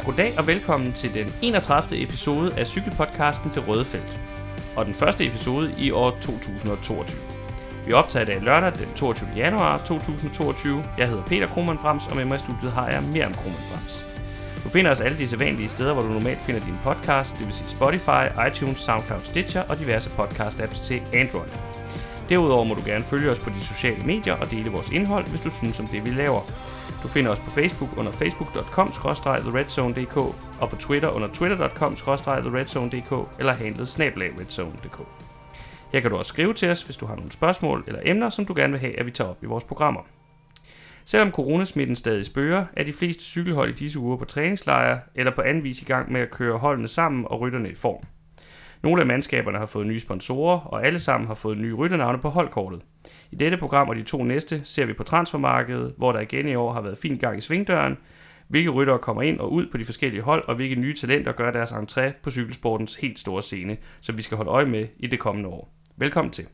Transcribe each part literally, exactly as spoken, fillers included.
Goddag og velkommen til den enogtredivte episode af cykelpodcasten Det Røde Felt. Og den første episode i år to tusind og toogtyve. Vi optager i dag lørdag den toogtyvende januar to tusind og toogtyve. Jeg hedder Peter Krohmann Brams, og med mig i studiet har jeg Miriam Krohmann Brams. Du finder os alle de sædvanlige steder, hvor du normalt finder din podcast, det vil sige Spotify, iTunes, SoundCloud, Stitcher og diverse podcast-apps til Android. Derudover må du gerne følge os på de sociale medier og dele vores indhold, hvis du synes om det, vi laver. Du finder os på Facebook under facebook punktum com skråstreg the red zone punktum d k og på Twitter under twitter punktum com skråstreg the red zone punktum d k eller handlet snabel-a redzone punktum d k. Her kan du også skrive til os, hvis du har nogle spørgsmål eller emner, som du gerne vil have, at vi tager op i vores programmer. Selvom coronasmitten stadig spøger, er de fleste cykelhold i disse uger på træningslejre eller på anden vis i gang med at køre holdene sammen og rytterne i form. Nogle af mandskaberne har fået nye sponsorer, og alle sammen har fået nye rytternavne på holdkortet. I dette program og de to næste ser vi på transfermarkedet, hvor der igen i år har været fin gang i svingdøren, hvilke ryttere kommer ind og ud på de forskellige hold, og hvilke nye talenter gør deres entré på cykelsportens helt store scene, som vi skal holde øje med i det kommende år. Velkommen til.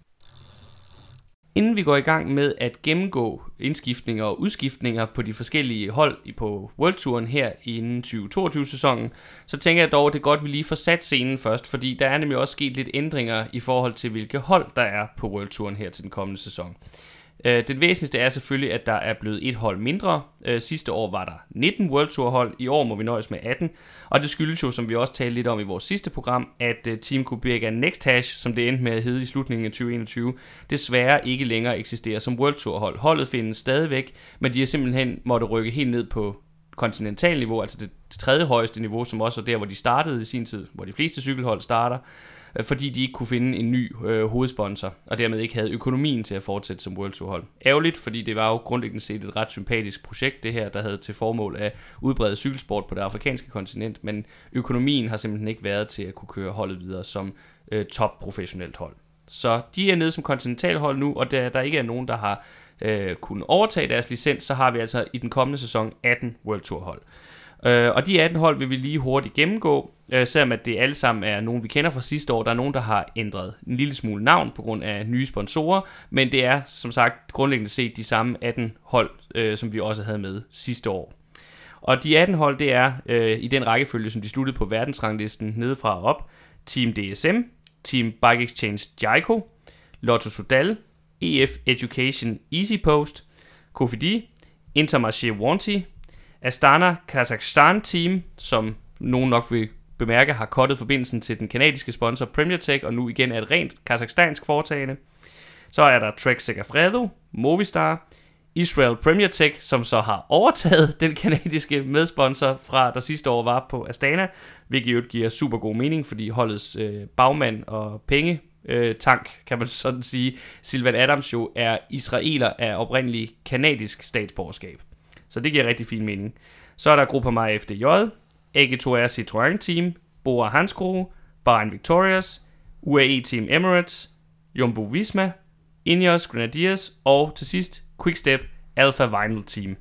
Inden vi går i gang med at gennemgå indskiftninger og udskiftninger på de forskellige hold på World Touren her inden tyve toogtyve-sæsonen, så tænker jeg dog, at det er godt, at vi lige får sat scenen først, fordi der er nemlig også sket lidt ændringer i forhold til, hvilke hold der er på World Touren her til den kommende sæson. Den væsentligste er selvfølgelig, at der er blevet et hold mindre. Sidste år var der nitten World Tour hold, i år må vi nøjes med atten. Og det skyldes jo, som vi også talte lidt om i vores sidste program, at Team Qhubeka Nextage, som det endte med at hedde i slutningen af tyve enogtyve, desværre ikke længere eksisterer som World Tour hold. Holdet findes stadigvæk, men de har simpelthen måtte rykke helt ned på kontinentalniveau, altså det tredje højeste niveau, som også er der, hvor de startede i sin tid, hvor de fleste cykelhold starter, fordi de ikke kunne finde en ny øh, hovedsponsor, og dermed ikke havde økonomien til at fortsætte som World Tour hold. Ærgerligt, fordi det var jo grundlæggende set et ret sympatisk projekt, det her, der havde til formål at udbrede cykelsport på det afrikanske kontinent, men økonomien har simpelthen ikke været til at kunne køre holdet videre som øh, top professionelt hold. Så de er nede som kontinentalhold nu, og da der ikke er nogen, der har øh, kunnet overtage deres licens, så har vi altså i den kommende sæson atten World Tour hold. Uh, og de atten hold vil vi lige hurtigt gennemgå, uh, selvom at det alle sammen er nogen, vi kender fra sidste år. Der er nogen, der har ændret en lille smule navn på grund af nye sponsorer, men det er som sagt grundlæggende set de samme atten hold, uh, som vi også havde med sidste år. Og de atten hold, det er uh, i den rækkefølge, som de sluttede på verdensranglisten nedefra og op. Team D S M, Team Bike Exchange Jayco, Lotto Soudal, E F Education EasyPost, Cofidis, Intermarché Wanty, Astana Kazakhstan Team, som nogen nok vil bemærke, har cuttet forbindelsen til den kanadiske sponsor Premier Tech, og nu igen er et rent kazakhstansk foretagende. Så er der Trek Segafredo, Movistar, Israel Premier Tech, som så har overtaget den kanadiske medsponsor fra der sidste år var på Astana, hvilket jo giver super god mening, fordi holdets øh, bagmand og penge øh, tank, kan man sådan sige, Sylvain Adams jo er israeler af oprindelig kanadisk statsborgerskab. Så det giver rigtig fin mening. Så er der Groupama F D J, A G to R Citroën Team, Bora Hansgrohe, Bahrain Victorious, U A E Team Emirates, Jumbo Visma, Ineos Grenadiers og til sidst Quickstep Alpha Vinyl Team.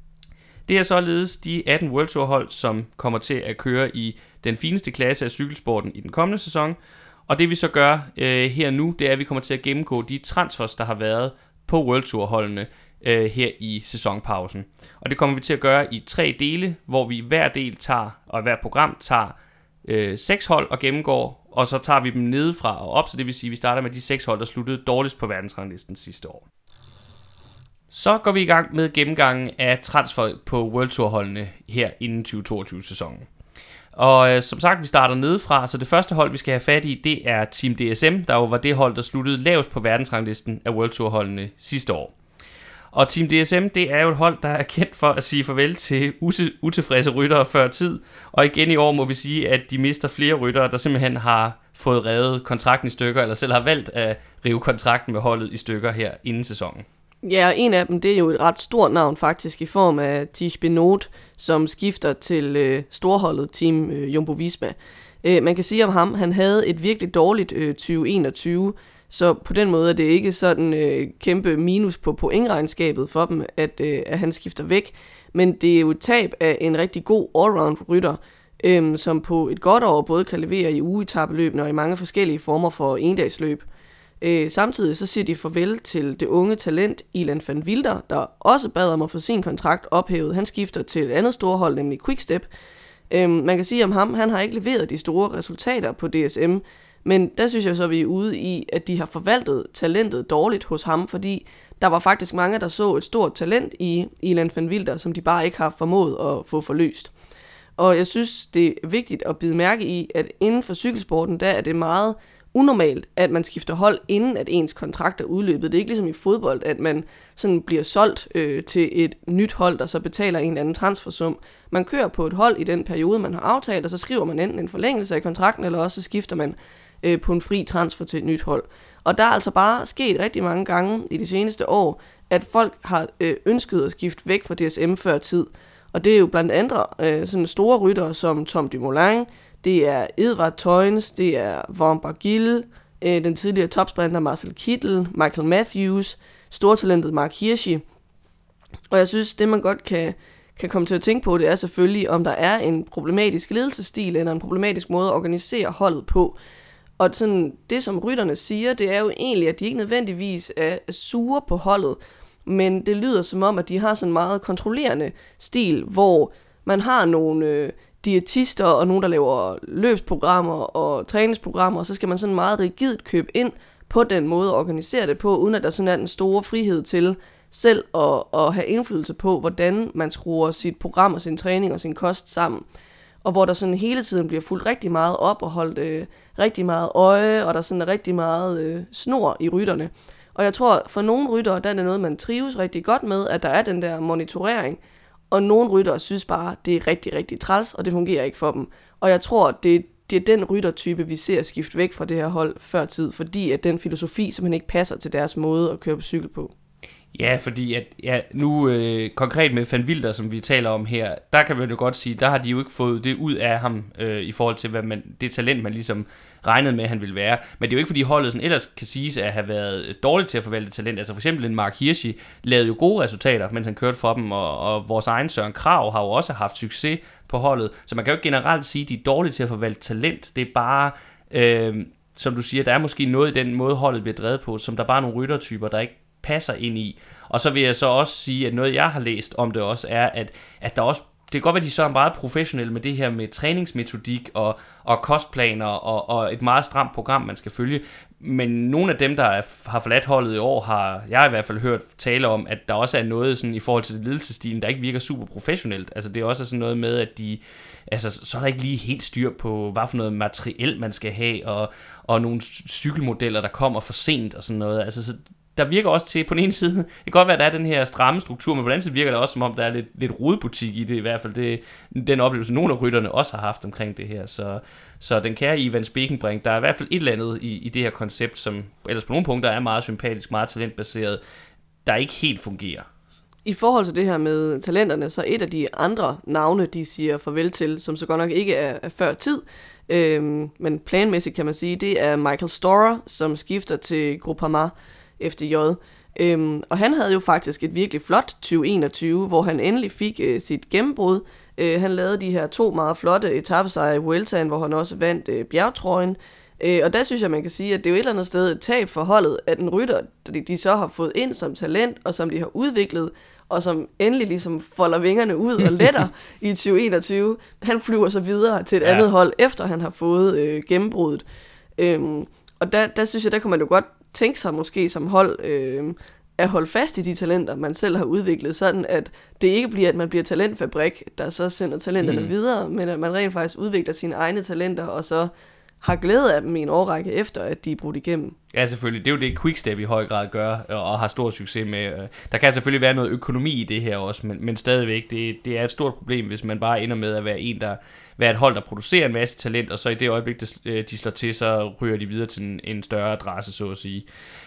Det er således de atten World Tour hold, som kommer til at køre i den fineste klasse af cykelsporten i den kommende sæson. Og det vi så gør øh, her nu, det er, at vi kommer til at gennemgå de transfers, der har været på World Tour holdene her i sæsonpausen. Og det kommer vi til at gøre i tre dele, hvor vi hver del tager, og hver program tager øh, seks hold og gennemgår, og så tager vi dem nedefra og op, så det vil sige, at vi starter med de seks hold, der sluttede dårligst på verdensranglisten sidste år. Så går vi i gang med gennemgangen af transfer på World Tour holdene her inden tyve toogtyve-sæsonen. Og øh, som sagt, vi starter nedefra, så det første hold, vi skal have fat i, det er Team D S M, der jo var det hold, der sluttede lavest på verdensranglisten af World Tour holdene sidste år. Og Team D S M, det er jo et hold, der er kendt for at sige farvel til utilfredse ryttere før tid. Og igen i år må vi sige, at de mister flere ryttere, der simpelthen har fået revet kontrakten i stykker, eller selv har valgt at rive kontrakten med holdet i stykker her inden sæsonen. Ja, og en af dem, det er jo et ret stort navn faktisk, i form af Tish Benoot, som skifter til øh, storholdet Team øh, Jumbo Visma. Øh, man kan sige om ham, han havde et virkelig dårligt øh, tyve enogtyve, så på den måde er det ikke sådan øh, kæmpe minus på pointregnskabet for dem, at, øh, at han skifter væk. Men det er jo et tab af en rigtig god allround-rytter, øh, som på et godt år både kan levere i ugeetapeløbene og i mange forskellige former for endagsløb. Øh, samtidig så siger de farvel til det unge talent Ilan van Wilder, der også bad om at få sin kontrakt ophævet. Han skifter til et andet storhold, nemlig Quickstep. Øhm, man kan sige om ham, han har ikke leveret de store resultater på D S M, men der synes jeg så, at vi er ude i, at de har forvaltet talentet dårligt hos ham, fordi der var faktisk mange, der så et stort talent i Ilan van Wilder, som de bare ikke har formået at få forløst. Og jeg synes, det er vigtigt at bide mærke i, at inden for cykelsporten, der er det meget unormalt, at man skifter hold, inden at ens kontrakt er udløbet. Det er ikke ligesom i fodbold, at man sådan bliver solgt øh, til et nyt hold, der så betaler en eller anden transfersum. Man kører på et hold i den periode, man har aftalt, og så skriver man enten en forlængelse af kontrakten, eller også så skifter man øh, på en fri transfer til et nyt hold. Og der er altså bare sket rigtig mange gange i de seneste år, at folk har øh, ønsket at skifte væk fra D S M før tid. Og det er jo blandt andet øh, sådan store ryttere som Tom Dumoulin, det er Edvard Theuns, det er Van Bargil, øh, den tidligere topsprinter Marcel Kittel, Michael Matthews, stortalentet Mark Hirschi. Og jeg synes, det man godt kan, kan komme til at tænke på, det er selvfølgelig, om der er en problematisk ledelsesstil, eller en problematisk måde at organisere holdet på. Og sådan, det, som rytterne siger, det er jo egentlig, at de ikke nødvendigvis er sure på holdet, men det lyder som om, at de har sådan en meget kontrollerende stil, hvor man har nogle øh, diætister og nogen, der laver løbsprogrammer og træningsprogrammer, og så skal man sådan meget rigidt købe ind på den måde at organisere det på, uden at der sådan er den store frihed til selv at, at have indflydelse på, hvordan man skruer sit program og sin træning og sin kost sammen. Og hvor der sådan hele tiden bliver fuldt rigtig meget op og holdt øh, rigtig meget øje, og der sådan er rigtig meget øh, snor i rytterne. Og jeg tror, for nogle ryttere, der er det noget, man trives rigtig godt med, at der er den der monitorering. Og nogle ryttere synes bare, det er rigtig, rigtig træls, og det fungerer ikke for dem. Og jeg tror, det, det er den ryttertype, vi ser skifte væk fra det her hold før tid, fordi at den filosofi simpelthen ikke passer til deres måde at køre på cykel på. Ja, fordi at, ja, nu øh, konkret med Van Wilder, som vi taler om her, der kan man jo godt sige, der har de jo ikke fået det ud af ham, øh, i forhold til hvad man, det talent, man ligesom regnede med, at han ville være. Men det er jo ikke, fordi holdet sådan ellers kan siges at have været dårligt til at forvalte talent. Altså for eksempel en Mark Hirschi lavede jo gode resultater, mens han kørte for dem, og, og vores egen Søren Kragh har jo også haft succes på holdet. Så man kan jo ikke generelt sige, at de er dårlige til at forvalte talent. Det er bare, øh, som du siger, der er måske noget i den måde, holdet bliver drevet på, som der bare er nogle ryttertyper, der ikke passer ind i. Og så vil jeg så også sige, at noget jeg har læst om det også er, at, at der også, det kan godt være, at de så er meget professionelle med det her med træningsmetodik og, og kostplaner og, og et meget stramt program, man skal følge. Men nogle af dem, der er, har forladt holdet i år, har jeg i hvert fald hørt tale om, at der også er noget sådan, i forhold til ledelsesstilen, der ikke virker super professionelt. Altså det er også sådan noget med, at de, altså, så er der ikke lige helt styr på, hvad for noget materiel man skal have, og, og nogle cykelmodeller, der kommer for sent og sådan noget. Altså så der virker også til, på den ene side, det kan godt være, at der er den her stramme struktur, men på den anden side virker det også, som om der er lidt, lidt rodebutik i det, i hvert fald det, den oplevelse, nogle af rytterne også har haft omkring det her. Så, så den kære Ivan Spekenbrink, der er i hvert fald et eller andet i, i det her koncept, som ellers på nogle punkter er meget sympatisk, meget talentbaseret, der ikke helt fungerer. I forhold til det her med talenterne, så et af de andre navne, de siger farvel til, som så godt nok ikke er, er før tid, øhm, men planmæssigt kan man sige, det er Michael Storer, som skifter til Groupama F D J. Øhm, og han havde jo faktisk et virkelig flot tyve enogtyve, hvor han endelig fik øh, sit gennembrud. Øh, han lavede de her to meget flotte etapesejre i Vueltaen, hvor han også vandt øh, bjergtrøjen. Øh, og der synes jeg, man kan sige, at det er jo et eller andet sted et tab for holdet, at en rytter, de, de så har fået ind som talent, og som de har udviklet, og som endelig ligesom folder vingerne ud og letter i tyve enogtyve. Han flyver så videre til et ja. andet hold, efter han har fået øh, gennembruddet. Øhm, og der, der synes jeg, der kan man jo godt tænke sig måske som hold øh, at holde fast i de talenter, man selv har udviklet, sådan at det ikke bliver, at man bliver talentfabrik, der så sender talenterne mm. videre, men at man rent faktisk udvikler sine egne talenter, og så har glæde af dem i en årrække efter, at de er brudt igennem. Ja, selvfølgelig. Det er jo det, Quickstep i høj grad gør, og har stor succes med. Der kan selvfølgelig være noget økonomi i det her også, men, men stadigvæk, det, det er et stort problem, hvis man bare ender med at være en, der være et hold, der producerer en masse talent, og så i det øjeblik, de slår til, så ryger de videre til en, en større adresse, så at sige.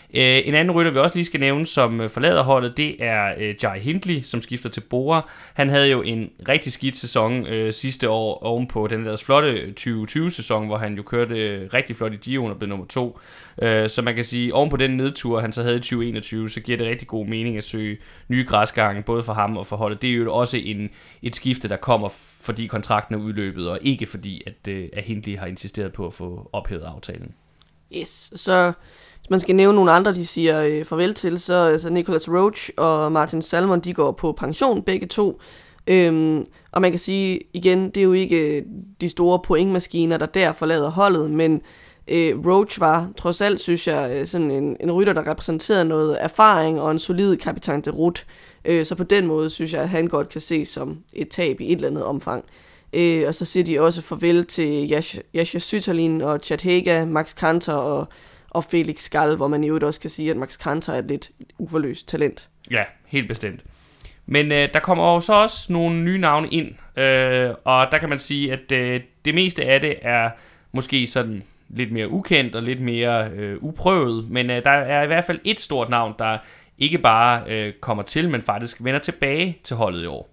En anden rytter, vi også lige skal nævne, som forlader holdet, det er Jai Hindley, som skifter til Bora. Han havde jo en rigtig skidt sæson øh, sidste år ovenpå den der flotte tyve tyve-sæson, hvor han jo kørte rigtig flot i Giroen og blev nummer to. Øh, så man kan sige, ovenpå den nedtur, han så havde i tyve enogtyve, så giver det rigtig god mening at søge nye græsgange, både for ham og for holdet. Det er jo også en, et skifte, der kommer, fordi kontrakten er udløbet, og ikke fordi, at, øh, at Hindley har insisteret på at få ophævet aftalen. Yes, så hvis man skal nævne nogle andre, de siger øh, farvel til, så altså Nicolas Roche og Martin Salmon, de går på pension begge to. Øhm, og man kan sige, igen, det er jo ikke de store pointmaskiner, der der forlader holdet, men øh, Roach var, trods alt synes jeg, sådan en, en rytter, der repræsenterede noget erfaring og en solid kapitan de route. Øh, så på den måde synes jeg, at han godt kan ses som et tab i et eller andet omfang. Øh, og så siger de også farvel til Jascha Sütterlin og Chad Haga, Max Kanter og, og Felix Gall, hvor man jo også kan sige, at Max Kanter er et lidt uforløst talent. Ja, helt bestemt. Men øh, der kommer jo så også nogle nye navne ind, øh, og der kan man sige, at øh, det meste af det er måske sådan lidt mere ukendt og lidt mere øh, uprøvet, men øh, der er i hvert fald et stort navn, der ikke bare øh, kommer til, men faktisk vender tilbage til holdet i år.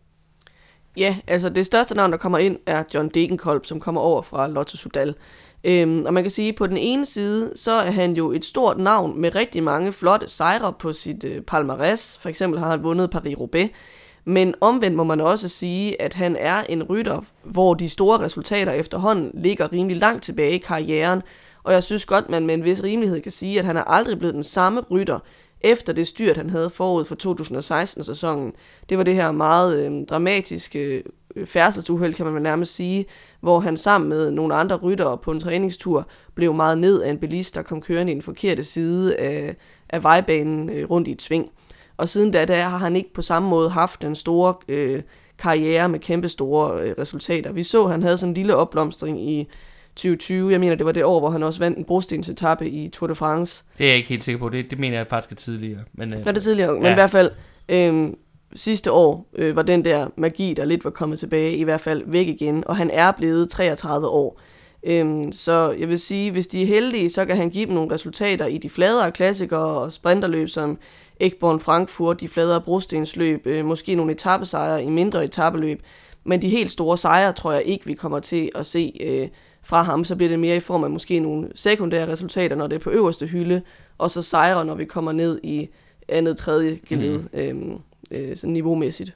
Ja, altså det største navn, der kommer ind, er John Degenkolb, som kommer over fra Lotto Soudal. Øhm, og man kan sige, at på den ene side, så er han jo et stort navn med rigtig mange flotte sejre på sit øh, palmarès. For eksempel har han vundet Paris-Roubaix. Men omvendt må man også sige, at han er en rytter, hvor de store resultater efterhånden ligger rimelig langt tilbage i karrieren. Og jeg synes godt, man med en vis rimelighed kan sige, at han er aldrig blevet den samme rytter, efter det styrt, han havde forud for to tusind og seksten-sæsonen. Det var det her meget øh, dramatiske øh, færdselsuheld, kan man vel nærmest sige, hvor han sammen med nogle andre ryttere på en træningstur blev meget ned af en bilist, der kom kørende i den forkerte side af, af vejbanen øh, rundt i et sving. Og siden da, der har han ikke på samme måde haft en store øh, karriere med kæmpe store øh, resultater. Vi så, at han havde sådan en lille opblomstring i tyve tyve. Jeg mener, det var det år, hvor han også vandt en brostensetappe i Tour de France. Det er jeg ikke helt sikker på. Det, det mener jeg faktisk er tidligere. Men, øh, var det tidligere? Men ja. I hvert fald øh, sidste år øh, var den der magi, der lidt var kommet tilbage, i hvert fald væk igen. Og han er blevet treogtredive år. Øh, så jeg vil sige, hvis de er heldige, så kan han give dem nogle resultater i de fladere klassikere og sprinterløb, som Eckborn Frankfurt, de fladere brostensløb, øh, måske nogle etapesejre i mindre etapeløb. Men de helt store sejre, tror jeg ikke, vi kommer til at se øh, fra ham. Så bliver det mere i form af måske nogle sekundære resultater, når det er på øverste hylde, og så sejre, når vi kommer ned i andet, tredje geled, mm. øhm, øh, sådan niveaumæssigt.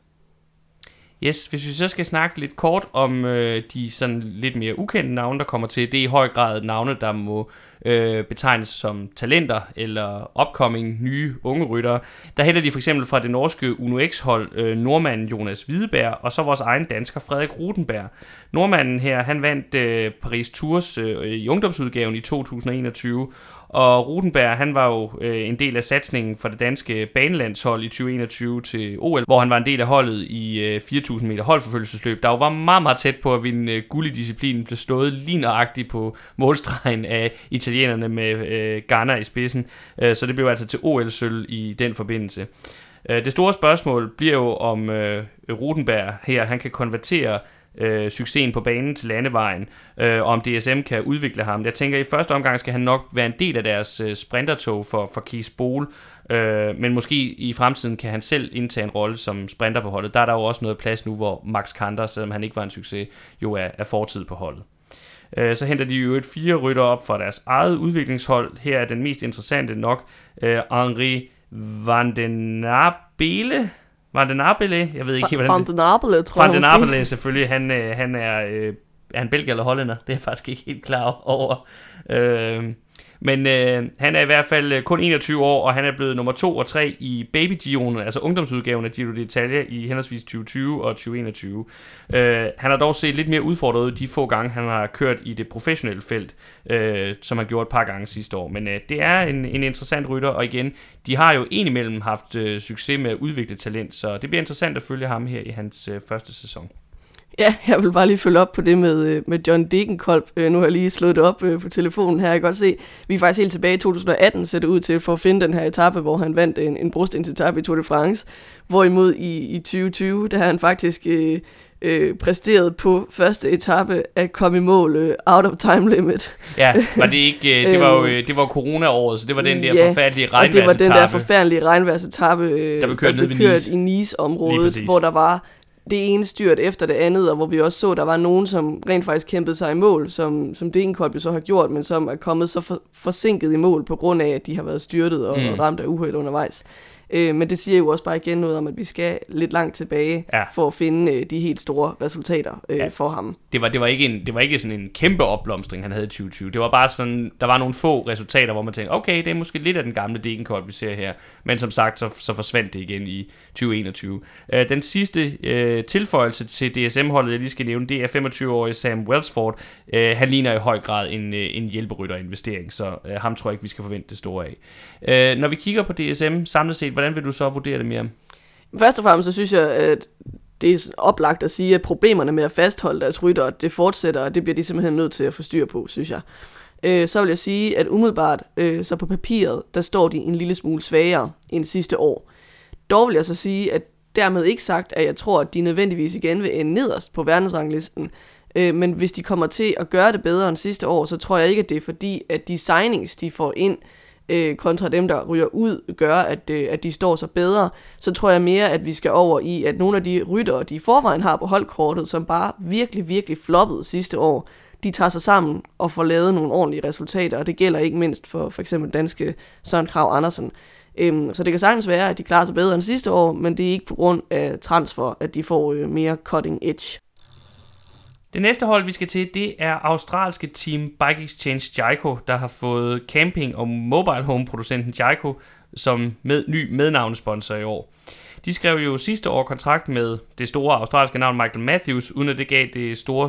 Yes, hvis vi så skal snakke lidt kort om øh, de sådan lidt mere ukendte navne, der kommer til, det er i høj grad navne, der må øh, betegnes som talenter eller upcoming nye unge ryttere. Der hælder de for eksempel fra det norske Uno X-hold øh, nordmanden Jonas Hvideberg, og så vores egen dansker Frederik Rutenberg. Nordmanden her, han vandt øh, Paris Tours øh, i ungdomsudgaven i to tusind og enogtyve, og Rutenberg, han var jo øh, en del af satsningen for det danske banelandshold i tyve enogtyve til O L, hvor han var en del af holdet i øh, fire tusind meter holdforfølgelsesløb, der jo var meget, meget tæt på at vinde øh, guld i disciplinen, blev slået lige nøjagtigt på målstregen af italienerne med øh, Garner i spidsen, øh, så det blev altså til O L-sølv i den forbindelse. Øh, det store spørgsmål bliver jo, om øh, Rutenberg her, han kan konvertere Øh, succesen på banen til landevejen, øh, og om D S M kan udvikle ham. Jeg tænker, at i første omgang skal han nok være en del af deres øh, sprintertog for, for Cees Bol, øh, men måske i fremtiden kan han selv indtage en rolle som sprinter på holdet. Der er der jo også noget plads nu, hvor Max Kanter, selvom han ikke var en succes, jo er, er fortid på holdet. Øh, så henter de jo et fire rytter op fra deres eget udviklingshold. Her er den mest interessante nok øh, Henri van den Abele. Van den Abele, jeg ved ikke helt, hvordan det... Van den Abele, tror jeg. Van den Abele, selvfølgelig. Han, øh, han er, øh, er han belgier eller hollænder? Det er jeg faktisk ikke helt klar over. Øh, men øh, han er i hvert fald kun enogtyve år, og han er blevet nummer to og tre i Baby Gio'en, altså ungdomsudgaven af Giro d'Italia i henholdsvis tyve tyve og tyve enogtyve. Øh, han har dog set lidt mere udfordret ud de få gange, han har kørt i det professionelle felt, øh, som han gjorde et par gange sidste år. Men øh, det er en, en interessant rytter, og igen, de har jo indimellem haft øh, succes med at udvikle talent, så det bliver interessant at følge ham her i hans øh, første sæson. Ja, jeg vil bare lige følge op på det med, med John Degenkolb. Nu har jeg lige slået det op på telefonen her. Jeg kan godt se, vi er faktisk helt tilbage i to tusind og atten ser det ud til for at finde den her etape, hvor han vandt en, en brostensetape i Tour de France. Hvorimod i, i tyve tyve, der har han faktisk øh, øh, præsteret på første etape at komme i mål øh, out of time limit. Ja, var det ikke, øh, det var jo det var corona-året, så det var den der ja, forfærdelige regnværsetape. Og det var den der forfærdelige regnværsetape, øh, der blev kørt, der blev kørt i Nice-området, hvor der var det ene styrt efter det andet, og hvor vi også så, at der var nogen, som rent faktisk kæmpede sig i mål, som, som Degenkolb så har gjort, men som er kommet så for, forsinket i mål, på grund af, at de har været styrtet og, mm. og ramt af uheld undervejs. Øh, men det siger jo også bare igen noget om, at vi skal lidt langt tilbage ja. for at finde øh, de helt store resultater øh, ja. for ham. Det var, det, var ikke en, det var ikke sådan en kæmpe opblomstring, han havde i tyve tyve. Det var bare sådan, der var nogle få resultater, hvor man tænkte, okay, det er måske lidt af den gamle Degenkolb, vi ser her. Men som sagt, så, så forsvandt det igen i tyve enogtyve. Øh, den sidste øh, tilføjelse til D S M-holdet, jeg lige skal nævne, det er femogtyve-årige Sam Welsford. Øh, han ligner i høj grad en, en hjælperytterinvestering, så øh, ham tror jeg ikke, vi skal forvente det store af. Øh, når vi kigger på D S M samlet set, hvordan vil du så vurdere det mere? Først og fremmest så synes jeg, at det er oplagt at sige, at problemerne med at fastholde deres rytter, det fortsætter, og det bliver de simpelthen nødt til at få styr på, synes jeg. Øh, så vil jeg sige, at umiddelbart, øh, så på papiret, der står de en lille smule svagere end sidste år. Dog vil jeg så sige, at dermed ikke sagt, at jeg tror, at de nødvendigvis igen vil ende nederst på verdensranglisten. Øh, men hvis de kommer til at gøre det bedre end sidste år, så tror jeg ikke, at det er fordi, at de signings, de får ind, øh, kontra dem, der ryger ud, gør, at, øh, at de står så bedre. Så tror jeg mere, at vi skal over i, at nogle af de ryttere, de i forvejen har på holdkortet, som bare virkelig, virkelig floppede sidste år, de tager sig sammen og får lavet nogle ordentlige resultater, og det gælder ikke mindst for for eksempel danske Søren Kragh Andersen. Øhm, så det kan sagtens være, at de klarer sig bedre end sidste år, men det er ikke på grund af transfer, at de får øh, mere cutting edge. Det næste hold, vi skal til, det er australske team Bike Exchange Jayco, der har fået camping- og mobile home-producenten Jayco som med, ny mednavnesponsor i år. De skrev jo sidste år kontrakt med det store australske navn Michael Matthews, uden at det gav, det store,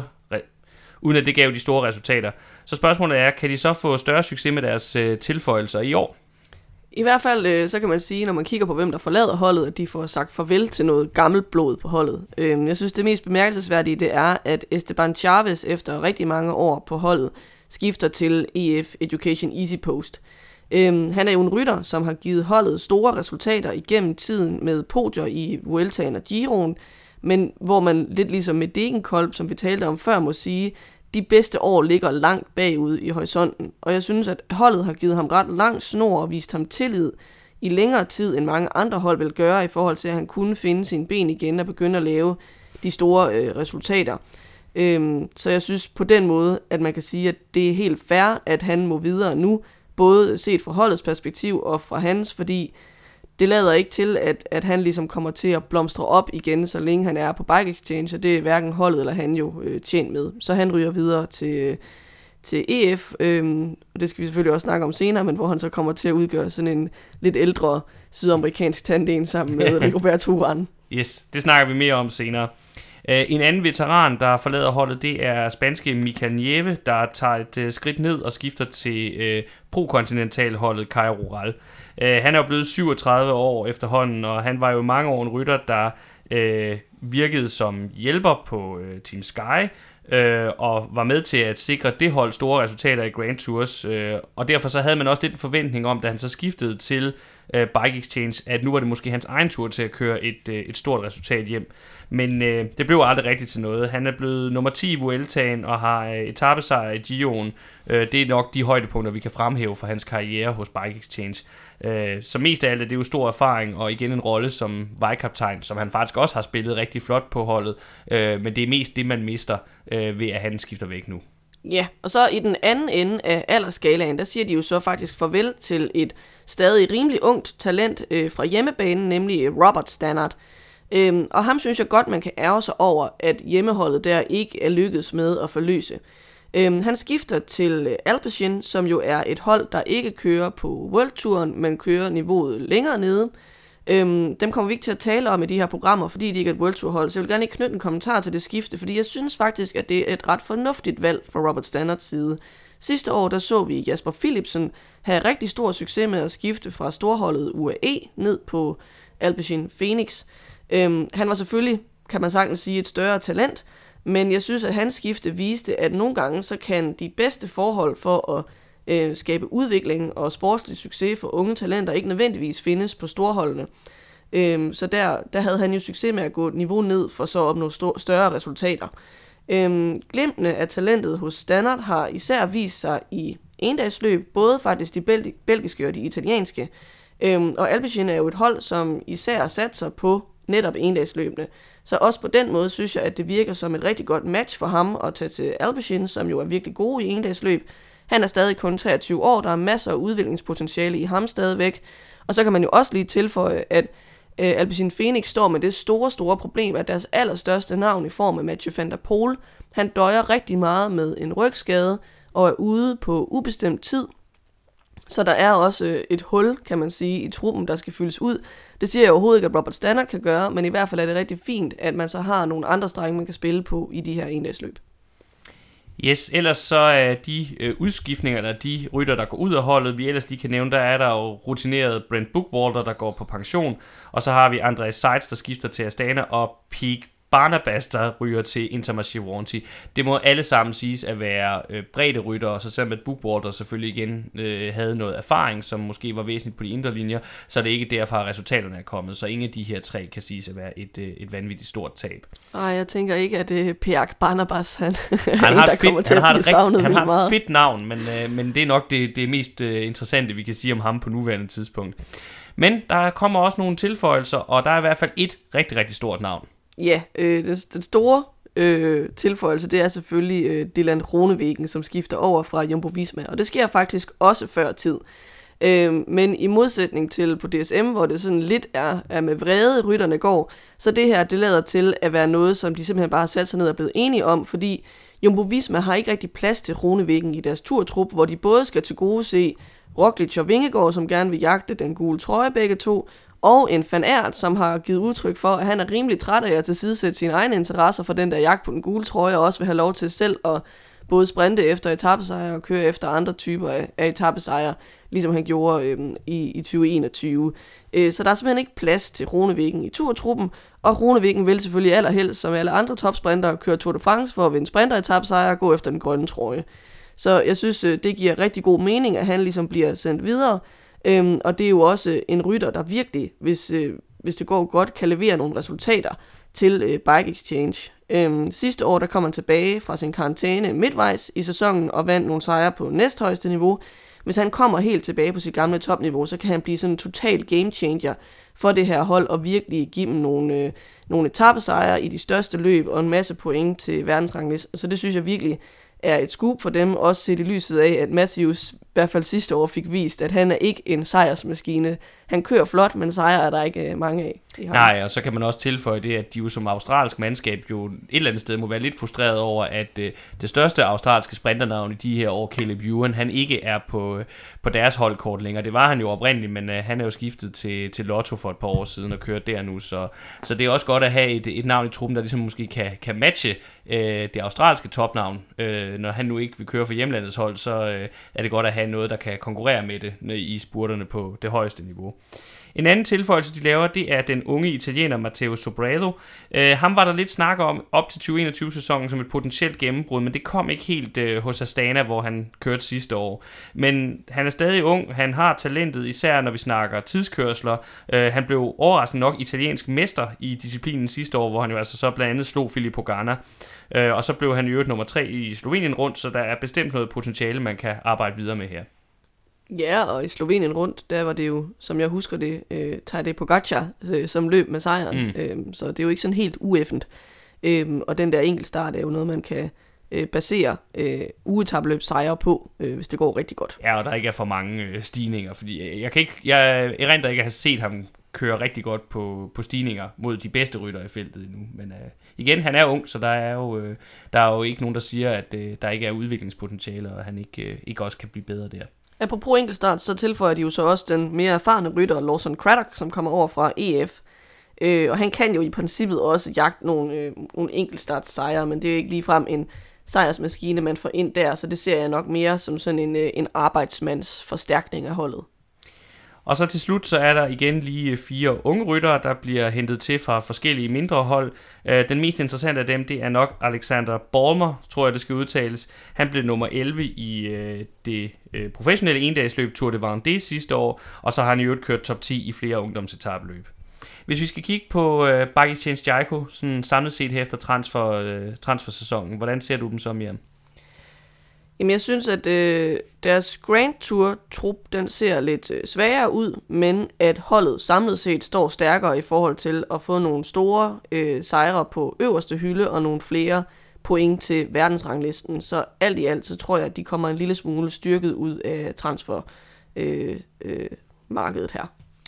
uden at det gav de store resultater. Så spørgsmålet er, kan de så få større succes med deres øh, tilføjelser i år? I hvert fald, øh, så kan man sige, når man kigger på, hvem der forlader holdet, at de får sagt farvel til noget gammelt blod på holdet. Øh, jeg synes, det mest bemærkelsesværdige, det er, at Esteban Chavez efter rigtig mange år på holdet, skifter til E F Education Easy Post. Øh, han er jo en rytter, som har givet holdet store resultater igennem tiden med podier i Vueltaen og Giroen, men hvor man lidt ligesom med Degenkolb, som vi talte om før, må sige, de bedste år ligger langt bagud i horisonten, og jeg synes, at holdet har givet ham ret lang snor og vist ham tillid i længere tid, end mange andre hold vil gøre, i forhold til, at han kunne finde sine ben igen og begynde at lave de store øh, resultater. Øhm, så jeg synes på den måde, at man kan sige, at det er helt fair, at han må videre nu, både set fra holdets perspektiv og fra hans, fordi det lader ikke til, at, at han ligesom kommer til at blomstre op igen, så længe han er på Bike Exchange, og det er hverken holdet eller han jo øh, tjent med. Så han ryger videre til, til E F, øh, og det skal vi selvfølgelig også snakke om senere, men hvor han så kommer til at udgøre sådan en lidt ældre sydamerikansk tandem sammen med Rigoberto Urán. Yes, det snakker vi mere om senere. Uh, en anden veteran, der forlader holdet, det er spanske Mikel Nieve, der tager et uh, skridt ned og skifter til uh, pro-kontinentalholdet Caja Rural. Uh, han er jo blevet syvogtredive år efterhånden, og han var jo mange år en rytter, der uh, virkede som hjælper på uh, Team Sky, uh, og var med til at sikre det hold store resultater i Grand Tours. Uh, og derfor så havde man også lidt en forventning om, da han så skiftede til uh, Bike Exchange, at nu var det måske hans egen tur til at køre et, uh, et stort resultat hjem. Men øh, det blev aldrig rigtigt til noget. Han er blevet nummer ti i Vueltaen og har øh, etapesejr i Giroen. Øh, det er nok de højdepunkter, vi kan fremhæve for hans karriere hos Bike Exchange. Øh, så mest af alt er det jo stor erfaring, og igen en rolle som vejkaptajn, som han faktisk også har spillet rigtig flot på holdet. Øh, men det er mest det, man mister øh, ved, at han skifter væk nu. Ja, og så i den anden ende af aldersskalaen, der siger de jo så faktisk farvel til et stadig rimelig ungt talent øh, fra hjemmebanen, nemlig Robert Stannard. Øhm, og ham synes jeg godt, man kan ærge sig over, at hjemmeholdet der ikke er lykkedes med at forløse. Øhm, han skifter til Alpecin, som jo er et hold, der ikke kører på World-turen, men kører niveauet længere nede. Øhm, dem kommer vi ikke til at tale om i de her programmer, fordi de ikke er et World-tour-hold, så jeg vil gerne ikke knytte en kommentar til det skifte, fordi jeg synes faktisk, at det er et ret fornuftigt valg fra Robert Stannards side. Sidste år, der så vi Jasper Philipsen have rigtig stor succes med at skifte fra storholdet U A E ned på Alpecin Phoenix. Øhm, han var selvfølgelig, kan man sagtens sige, et større talent, men jeg synes, at hans skifte viste, at nogle gange så kan de bedste forhold for at øh, skabe udvikling og sportslig succes for unge talenter ikke nødvendigvis findes på storholdene. Øhm, så der, der havde han jo succes med at gå et niveau ned for så at opnå st- større resultater. Øhm, glimtene af talentet hos Stannard har især vist sig i endagsløb, både faktisk de belgi- belgiske og de italienske. Øhm, og Alpecin er jo et hold, som især satser på netop endagsløbene. Så også på den måde synes jeg, at det virker som et rigtig godt match for ham at tage til Alpecin, som jo er virkelig gode i endagsløb. Han er stadig kun treogtyve år, der er masser af udviklingspotentiale i ham stadigvæk, Og så kan man jo også lige tilføje, at øh, Alpecin Phoenix står med det store, store problem, at deres allerstørste navn i form af Mathieu van der Poel, han døjer rigtig meget med en rygskade og er ude på ubestemt tid. Så der er også et hul, kan man sige, i truppen, der skal fyldes ud. Det siger jeg overhovedet ikke, at Robert Stannard kan gøre, men i hvert fald er det rigtig fint, at man så har nogle andre strenge, man kan spille på i de her endagsløb. Yes, ellers så er de øh, udskiftninger, eller de rytter, der går ud af holdet, vi ellers lige kan nævne, der er der jo rutineret Brent Bookwalter, der går på pension, og så har vi Andreas Seitz, der skifter til Astana, og Peak Barnabas, der ryger til Intermarché Warranty. Det må alle sammen siges at være øh, bredde rytter, og så selvom at Bookwalter selvfølgelig igen øh, havde noget erfaring, som måske var væsentligt på de indre linjer, så er det ikke derfra resultaterne er kommet, så ingen af de her tre kan siges at være et, øh, et vanvittigt stort tab. Nej, jeg tænker ikke, at det er Peak Barnabas, han, han har en, der kommer fedt, til han at blive savnet Han har et meget. fedt navn, men, øh, men det er nok det, det mest øh, interessante, vi kan sige om ham på nuværende tidspunkt. Men der kommer også nogle tilføjelser, og der er i hvert fald et rigtig, rigtig stort navn. Ja, øh, den, den store øh, tilføjelse, det er selvfølgelig øh, Dylan Groenewegen, som skifter over fra Jumbo Visma, og det sker faktisk også før tid. Øh, men i modsætning til på D S M, hvor det sådan lidt er, er med vrede rytterne går, så det her, det lader til at være noget, som de simpelthen bare har sat sig ned og blevet enige om, fordi Jumbo Visma har ikke rigtig plads til Groenewegen i deres turtrup, hvor de både skal til gode se Roglic og Vingegaard, som gerne vil jagte den gule trøje begge to, og en Van Aert, som har givet udtryk for, at han er rimelig træt af at tilsidesætte sine egne interesser for den der jagt på den gule trøje, og også vil have lov til selv at både sprinte efter etapesejre og køre efter andre typer af, af etapesejre, ligesom han gjorde øhm, i, i tyve enogtyve. Øh, så der er simpelthen ikke plads til Groenewegen i turtruppen, og Groenewegen vil selvfølgelig allerhelst, som alle andre topsprintere, køre Tour de France for at vinde sprinteretapesejre og gå efter den grønne trøje. Så jeg synes, det giver rigtig god mening, at han ligesom bliver sendt videre. Øhm, og det er jo også en rytter, der virkelig, hvis, øh, hvis det går godt, kan levere nogle resultater til øh, Bike Exchange. Øhm, sidste år, der kom han tilbage fra sin karantæne midtvejs i sæsonen og vandt nogle sejre på næsthøjeste niveau. Hvis han kommer helt tilbage på sit gamle topniveau, så kan han blive sådan en total game changer for det her hold og virkelig give dem nogle, øh, nogle etapesejre i de største løb og en masse point til verdensranglisten. Så det synes jeg virkelig er et scoop for dem, også set i lyset af, at Matthews i hvert fald sidste år fik vist, at han er ikke en sejrsmaskine. Han kører flot, men sejre er der ikke mange af. Nej, og så kan man også tilføje det, at de jo som australsk mandskab jo et eller andet sted må være lidt frustreret over, at øh, det største australske sprinternavn i de her år, Caleb Ewan, han ikke er på, på deres holdkort længere. Det var han jo oprindeligt, men øh, han er jo skiftet til, til Lotto for et par år siden og kører der nu, så, så det er også godt at have et, et navn i truppen, der ligesom måske kan, kan matche øh, det australske topnavn. Øh, når han nu ikke vil køre for hjemlandets hold, så øh, er det godt at have noget, der kan konkurrere med det i spurterne på det højeste niveau. En anden tilføjelse, de laver, det er den unge italiener Matteo Sobrello. Øh, ham var der lidt snak om op til tyve enogtyve-sæsonen som et potentielt gennembrud, men det kom ikke helt øh, hos Astana, hvor han kørte sidste år. Men han er stadig ung, han har talentet, især når vi snakker tidskørsler. Øh, han blev overraskende nok italiensk mester i disciplinen sidste år, hvor han jo altså så blandt andet slog Filippo Ganna. Øh, og så blev han i øvrigt nummer tre i Slovenien rundt, så der er bestemt noget potentiale, man kan arbejde videre med her. Ja, og i Slovenien rundt, der var det jo, som jeg husker det, øh, Tadej Pogačar, øh, som løb med sejren. Mm. Øh, så det er jo ikke sådan helt ueffent. Øh, og den der enkeltstart er jo noget, man kan øh, basere øh, ugetabløb sejre på, øh, hvis det går rigtig godt. Ja, og der ikke er for mange øh, stigninger, fordi jeg kan ikke, jeg erindrer ikke at have set ham køre rigtig godt på, på stigninger mod de bedste ryttere i feltet endnu. Men øh, igen, han er ung, så der er jo, øh, der er jo ikke nogen, der siger, at øh, der ikke er udviklingspotentiale, og han ikke, øh, ikke også kan blive bedre der. Apropos enkeltstart, så tilføjer de jo så også den mere erfarne rytter, Lawson Craddock, som kommer over fra E F. Øh, og han kan jo i princippet også jagte nogle, øh, nogle enkeltstartssejre, men det er jo ikke ligefrem en sejrsmaskine, man får ind der, så det ser jeg nok mere som sådan en, øh, en arbejdsmands forstærkning af holdet. Og så til slut, så er der igen lige fire unge ryttere, der bliver hentet til fra forskellige mindre hold. Den mest interessante af dem, det er nok Alexander Balmer, tror jeg det skal udtales. Han blev nummer elleve i det professionelle endagsløb Tour de Vendée sidste år, og så har han i øvrigt kørt top ti i flere ungdomsetapløb. Hvis vi skal kigge på Bike Exchange Jayco, sådan samlet set her efter transfer, transfersæsonen, hvordan ser du dem så, Miriam? Jamen, jeg synes, at øh, deres Grand Tour-trup, den ser lidt øh, svagere ud, men at holdet samlet set står stærkere i forhold til at få nogle store øh, sejre på øverste hylde og nogle flere point til verdensranglisten. Så alt i alt, så tror jeg, at de kommer en lille smule styrket ud af transfermarkedet øh, øh, her.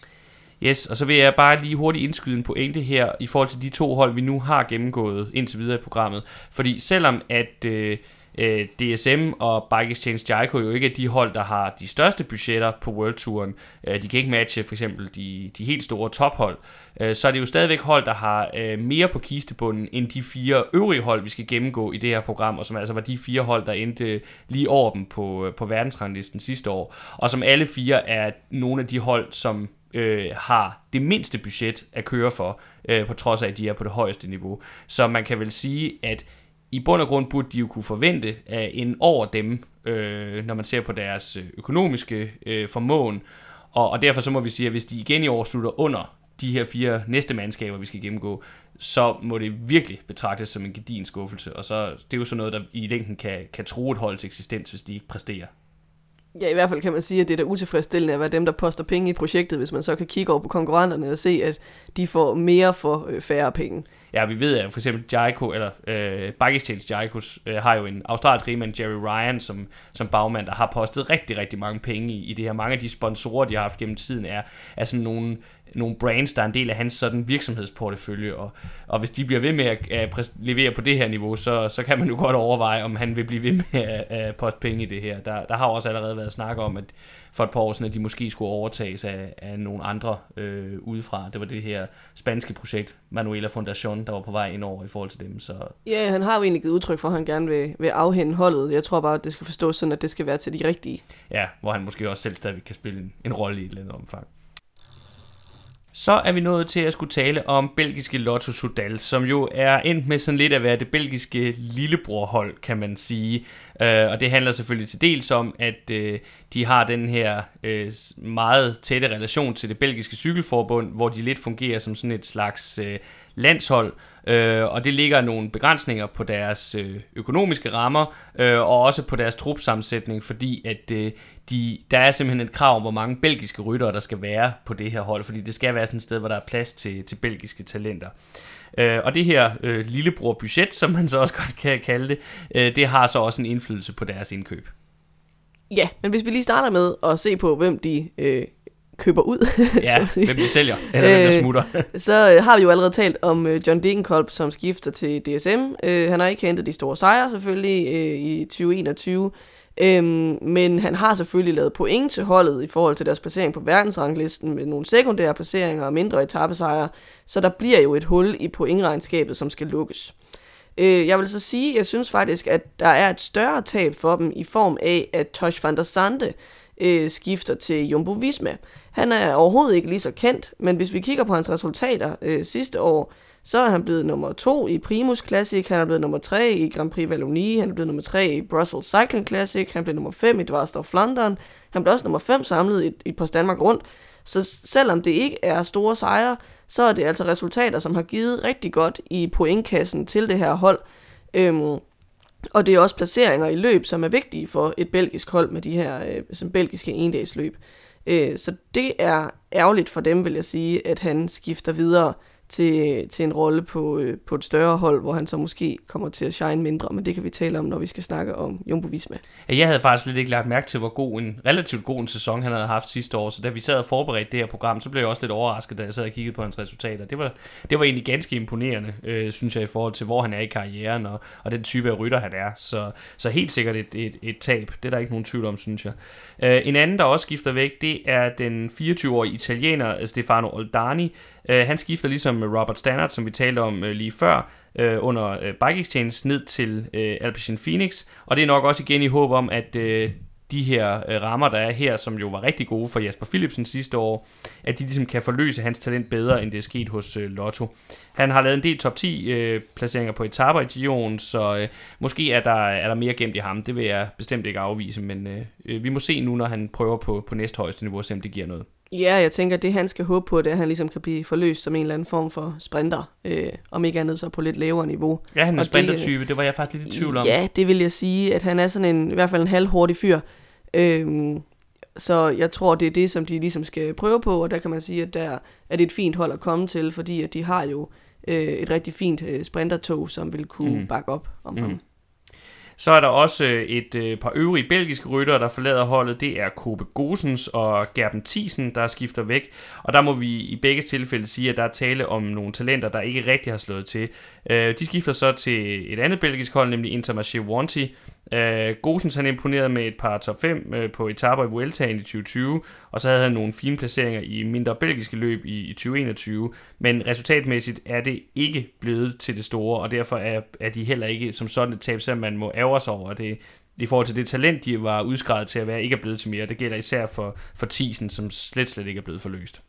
Yes, og så vil jeg bare lige hurtigt indskyde en pointe her i forhold til de to hold, vi nu har gennemgået indtil videre i programmet. Fordi selvom at øh, D S M og Bike Exchange Jayco jo ikke er de hold, der har de største budgetter på World Touren, øh, de kan ikke matche for eksempel de, de helt store tophold, øh, så er det jo stadigvæk hold, der har øh, mere på kistebunden end de fire øvrige hold, vi skal gennemgå i det her program, og som altså var de fire hold, der endte lige over dem på, på verdensranglisten sidste år, og som alle fire er nogle af de hold, som Øh, har det mindste budget at køre for, øh, på trods af, at de er på det højeste niveau. Så man kan vel sige, at i bund og grund burde de jo kunne forvente at en over dem, øh, når man ser på deres økonomiske øh, formåen, og, og derfor så må vi sige, at hvis de igen i år slutter under de her fire næste mandskaber, vi skal gennemgå, så må det virkelig betragtes som en gedigen skuffelse, og så det er jo sådan noget, der i længden kan, kan true et holds eksistens, hvis de ikke præsterer. Ja, i hvert fald kan man sige, at det er da utilfredsstillende at være dem, der poster penge i projektet, hvis man så kan kigge over på konkurrenterne og se, at de får mere for øh, færre penge. Ja, vi ved, at for eksempel Jayco, eller øh, Bike Exchange Jayco, øh, har jo en australsk rigmand, Jerry Ryan, som, som bagmand, der har postet rigtig, rigtig mange penge i, i det her. Mange af de sponsorer, de har haft gennem tiden, er, er sådan nogle, nogle brands, der er en del af hans sådan virksomhedsportefølje, og, og hvis de bliver ved med at, at levere på det her niveau, så, så kan man jo godt overveje, om han vil blive ved med at, at poste penge i det her. Der, der har også allerede været snak om, at for et par år siden, at de måske skulle overtages af, af nogle andre øh, udefra. Det var det her spanske projekt, Manuela Fundación, der var på vej ind over i forhold til dem. Så. Ja, han har jo egentlig givet udtryk for, at han gerne vil, vil afhænde holdet. Jeg tror bare, at det skal forstås sådan, at det skal være til de rigtige. Ja, hvor han måske også selv stadig kan spille en, en rolle i et eller andet omfang. Så er vi nået til at skulle tale om belgiske Lotto Soudal, som jo er endt med sådan lidt at være det belgiske lillebrorhold, kan man sige. Uh, og det handler selvfølgelig til dels om, at uh, de har den her uh, meget tætte relation til det belgiske cykelforbund, hvor de lidt fungerer som sådan et slags uh, landshold. Uh, og det ligger nogle begrænsninger på deres uh, økonomiske rammer, uh, og også på deres trupsammensætning, fordi at uh, de, der er simpelthen et krav om, hvor mange belgiske ryttere, der skal være på det her hold, fordi det skal være sådan et sted, hvor der er plads til, til belgiske talenter. Uh, og det her uh, lillebror-budget, som man så også godt kan kalde det, uh, det har så også en indflydelse på deres indkøb. Ja, men hvis vi lige starter med at se på, hvem de øh, køber ud. Ja, hvem de sælger, eller hvem der smutter. Så øh, har vi jo allerede talt om øh, John Degenkolb, som skifter til D S M. Øh, han har ikke hentet de store sejre selvfølgelig øh, i tyve enogtyve, øhm, men han har selvfølgelig lavet point til holdet i forhold til deres placering på verdensranglisten med nogle sekundære placeringer og mindre etapesejre, så der bliver jo et hul i pointregnskabet, som skal lukkes. Øh, jeg vil så sige, jeg synes faktisk, at der er et større tab for dem i form af, at Tosh van der Sande øh, skifter til Jumbo Visma. Han er overhovedet ikke lige så kendt, men hvis vi kigger på hans resultater øh, sidste år, så er han blevet nummer to i Primus Classic, han er blevet nummer tre i Grand Prix Wallonie, han er blevet nummer tre i Brussels Cycling Classic, han blev nummer fem i Dwars of London, han blev også nummer fem samlet i, i Post Danmark Rundt. Så selvom det ikke er store sejre, så er det altså resultater, som har givet rigtig godt i pointkassen til det her hold. Øhm, og det er også placeringer i løb, som er vigtige for et belgisk hold med de her øh, som belgiske endagsløb. Øh, så det er ærgerligt for dem, vil jeg sige, at han skifter videre til, til en rolle på, øh, på et større hold, hvor han så måske kommer til at shine mindre, men det kan vi tale om, når vi skal snakke om Jumbo Visma. Jeg havde faktisk lidt ikke lagt mærke til, hvor god en, relativt god en sæson han havde haft sidste år, så da vi sad og forberedte det her program, så blev jeg også lidt overrasket, da jeg sad og kiggede på hans resultater. Det var, det var egentlig ganske imponerende, øh, synes jeg, i forhold til, hvor han er i karrieren, og, og den type af rytter, han er. Så, så helt sikkert et, et, et tab. Det er der ikke nogen tvivl om, synes jeg. Øh, en anden, der også skifter væk, det er den fireogtyve-årige italiener Stefano Oldani. Uh, han skifter ligesom Robert Stannard, som vi talte om uh, lige før, uh, under uh, Bike Exchange, ned til uh, Alpecin Phoenix. Og det er nok også igen i håb om, at uh, de her uh, rammer, der er her, som jo var rigtig gode for Jasper Philipsen sidste år, at de ligesom kan forløse hans talent bedre, end det er sket hos uh, Lotto. Han har lavet en del top ti uh, placeringer på etaper i Giroen, så uh, måske er der, er der mere gemt i ham. Det vil jeg bestemt ikke afvise, men uh, vi må se nu, når han prøver på, på næsthøjeste niveau, se om det giver noget. Ja, jeg tænker, at det han skal håbe på, det er, at han ligesom kan blive forløst som en eller anden form for sprinter, øh, om ikke andet så på lidt lavere niveau. Ja, han er sprintertype, det, det var jeg faktisk lidt i tvivl om. Ja, det vil jeg sige, at han er sådan en, i hvert fald en halvhurtig fyr. Øhm, så jeg tror, det er det, som de ligesom skal prøve på, og der kan man sige, at der er det et fint hold at komme til, fordi at de har jo øh, et rigtig fint øh, sprintertog, som vil kunne mm. bakke op om mm. ham. Så er der også et øh, par øvrige belgiske ryttere, der forlader holdet. Det er Kobe Gosens og Gerben Thiesen, der skifter væk. Og der må vi i begge tilfælde sige, at der er tale om nogle talenter, der ikke rigtig har slået til. Øh, de skifter så til et andet belgisk hold, nemlig Intermarché Wanty. Uh, Gosens han imponerede med et par top fem uh, på etaper i Vueltaen i tyve tyve, og så havde han nogle fine placeringer i mindre belgiske løb i, i tyve enogtyve, men resultatmæssigt er det ikke blevet til det store, og derfor er, er de heller ikke som sådan et tab, som man må ærge sig over. Det, i forhold til det talent, de var udskrevet til at være, ikke er blevet til mere. Det gælder især for, for Thiesen, som slet slet ikke er blevet forløst.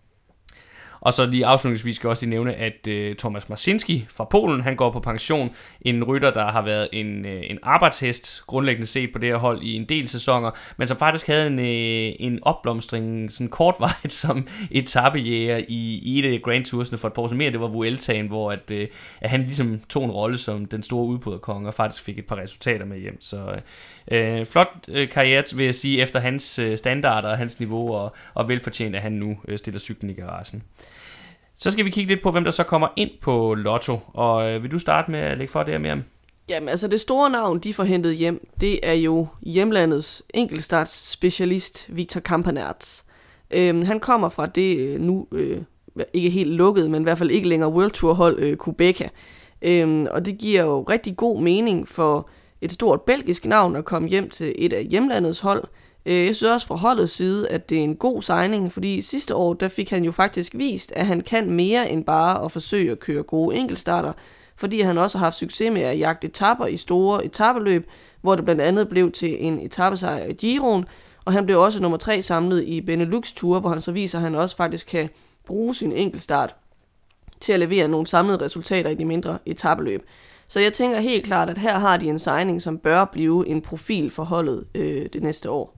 Og så lige afslutningsvis skal jeg også lige nævne, at uh, Thomas Marcinski fra Polen, han går på pension. En rytter, der har været en, uh, en arbejdshest, grundlæggende set på det her hold i en del sæsoner, men som faktisk havde en, uh, en opblomstring sådan kortvarigt som etapejæger i, i et af Grand Toursene for et par år mere. Det var Vueltaen, hvor at, uh, at han ligesom tog en rolle som den store udbryderkonge og faktisk fik et par resultater med hjem. Så uh, flot uh, karriere, vil jeg sige, efter hans uh, standarder og hans niveau, og, og velfortjent, at han nu uh, stiller cyklen i garagen. Så skal vi kigge lidt på, hvem der så kommer ind på Lotto. Og øh, vil du starte med at lægge for det her mere? Jamen, altså det store navn, de får hentet hjem, det er jo hjemlandets enkeltstartsspecialist Victor Campenerts. Øhm, han kommer fra det øh, nu øh, ikke helt lukket, men i hvert fald ikke længere World Tour hold øh, Qhubeka. Øhm, og det giver jo rigtig god mening for et stort belgisk navn at komme hjem til et af hjemlandets hold. Jeg synes også fra holdets side, at det er en god signing, fordi sidste år, der fik han jo faktisk vist, at han kan mere end bare at forsøge at køre gode enkeltstarter, fordi han også har haft succes med at jagte etaper i store etapeløb, hvor det blandt andet blev til en etapesejr i Giroen, og han blev også nummer tre samlet i Benelux Tour, hvor han så viser, at han også faktisk kan bruge sin enkeltstart til at levere nogle samlede resultater i de mindre etapeløb. Så jeg tænker helt klart, at her har de en signing, som bør blive en profil for holdet øh, det næste år.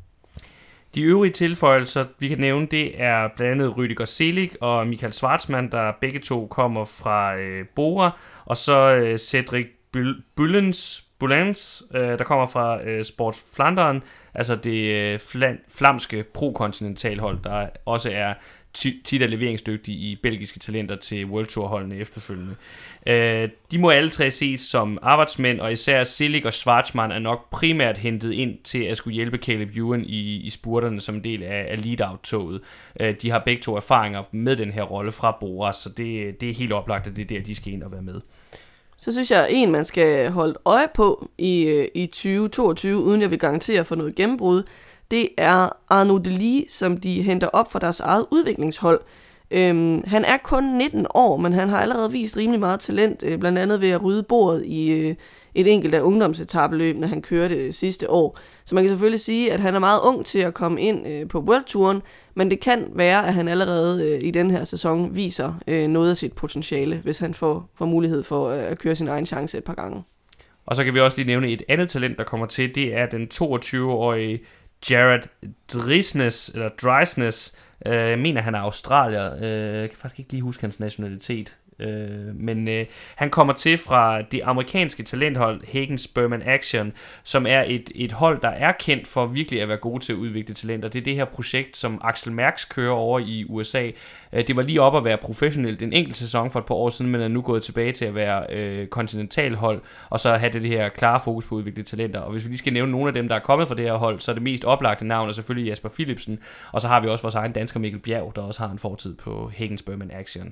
De øvrige tilføjelser, vi kan nævne, det er blandt andet Rüdiger Selig og Michael Schwarzmann, der begge to kommer fra øh, Bora, og så øh, Cedric Bullens, Bullens øh, der kommer fra øh, Sport Flandern, altså det øh, flam, flamske pro-kontinentalhold, der også er tit er leveringsdygtige i belgiske talenter til World Tour holdene efterfølgende. Øh, de må alle tre ses som arbejdsmænd, og især Selig og Schwarzmann er nok primært hentet ind til at skulle hjælpe Caleb Ewan i, i spurterne som en del af, af lead-out-toget. Øh, de har begge to erfaringer med den her rolle fra Bora, så det, det er helt oplagt, at det er der, de skal ind og være med. Så synes jeg, at en, man skal holde øje på i, i tyve toogtyve, uden jeg vil garantere for noget gennembrud, det er Arnaud Delis, som de henter op fra deres eget udviklingshold. Øhm, han er kun nitten år, men han har allerede vist rimelig meget talent, øh, blandt andet ved at rydde bordet i øh, et enkelt af ungdomsetapeløbene, han kørte sidste år. Så man kan selvfølgelig sige, at han er meget ung til at komme ind øh, på World Touren, men det kan være, at han allerede øh, i den her sæson viser øh, noget af sit potentiale, hvis han får, får mulighed for øh, at køre sin egen chance et par gange. Og så kan vi også lige nævne et andet talent, der kommer til, det er den toogtyve-årige Jared Drisnes, eller Drisnes, øh, jeg mener, han er australier. Øh, jeg kan faktisk ikke lige huske hans nationalitet. Øh, men øh, han kommer til fra det amerikanske talenthold Hagen Sperman Action, som er et, et hold, der er kendt for virkelig at være gode til at udvikle talenter. Det er det her projekt, som Axel Merckx kører over i U S A. Øh, det var lige op at være professionelt en enkelt sæson for et par år siden, men er nu gået tilbage til at være øh, kontinentalhold, og så have det, det her klare fokus på at udvikle talenter. Og hvis vi lige skal nævne nogle af dem, der er kommet fra det her hold, så er det mest oplagte navn er selvfølgelig Jasper Philipsen, og så har vi også vores egen dansker Mikkel Bjerg, der også har en fortid på Hagen Sperman Action.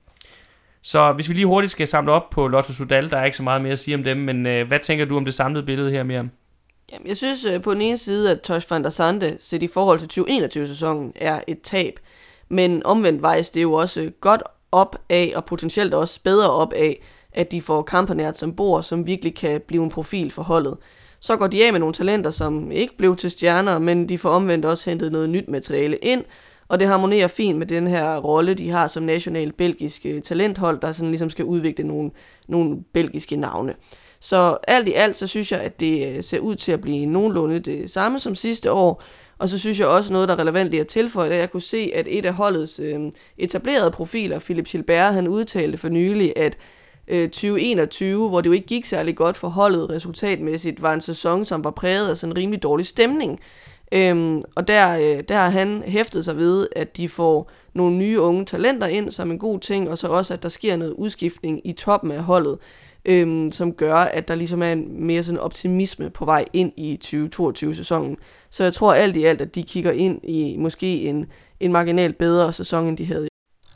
Så hvis vi lige hurtigt skal samle op på Lotto Soudal, der er ikke så meget mere at sige om dem, men øh, hvad tænker du om det samlede billede her, Miriam? Jamen, jeg synes øh, på den ene side, at Tosh van der Sande set i forhold til tyve enogtyve-sæsonen er et tab, men omvendt vejs det er jo også godt op af, og potentielt også bedre op af, at de får Campenerts som bor, som virkelig kan blive en profil for holdet. Så går de af med nogle talenter, som ikke blev til stjerner, men de får omvendt også hentet noget nyt materiale ind, og det harmonerer fint med den her rolle, de har som national belgisk talenthold, der sådan ligesom skal udvikle nogle, nogle belgiske navne. Så alt i alt, så synes jeg, at det ser ud til at blive nogenlunde det samme som sidste år. Og så synes jeg også noget, der er relevant lige at tilføje, at jeg kunne se, at et af holdets øh, etablerede profiler, Philip Gilbert, han udtalte for nylig, at øh, tyve enogtyve, hvor det jo ikke gik særlig godt for holdet resultatmæssigt, var en sæson, som var præget af sådan en rimelig dårlig stemning. Øhm, og der, øh, der har han hæftet sig ved, at de får nogle nye unge talenter ind som en god ting, og så også, at der sker noget udskiftning i toppen af holdet. øhm, som gør, at der ligesom er en mere sådan optimisme på vej ind i tyve toogtyve-sæsonen. Så jeg tror alt i alt, at de kigger ind i måske en, en marginalt bedre sæson, end de havde.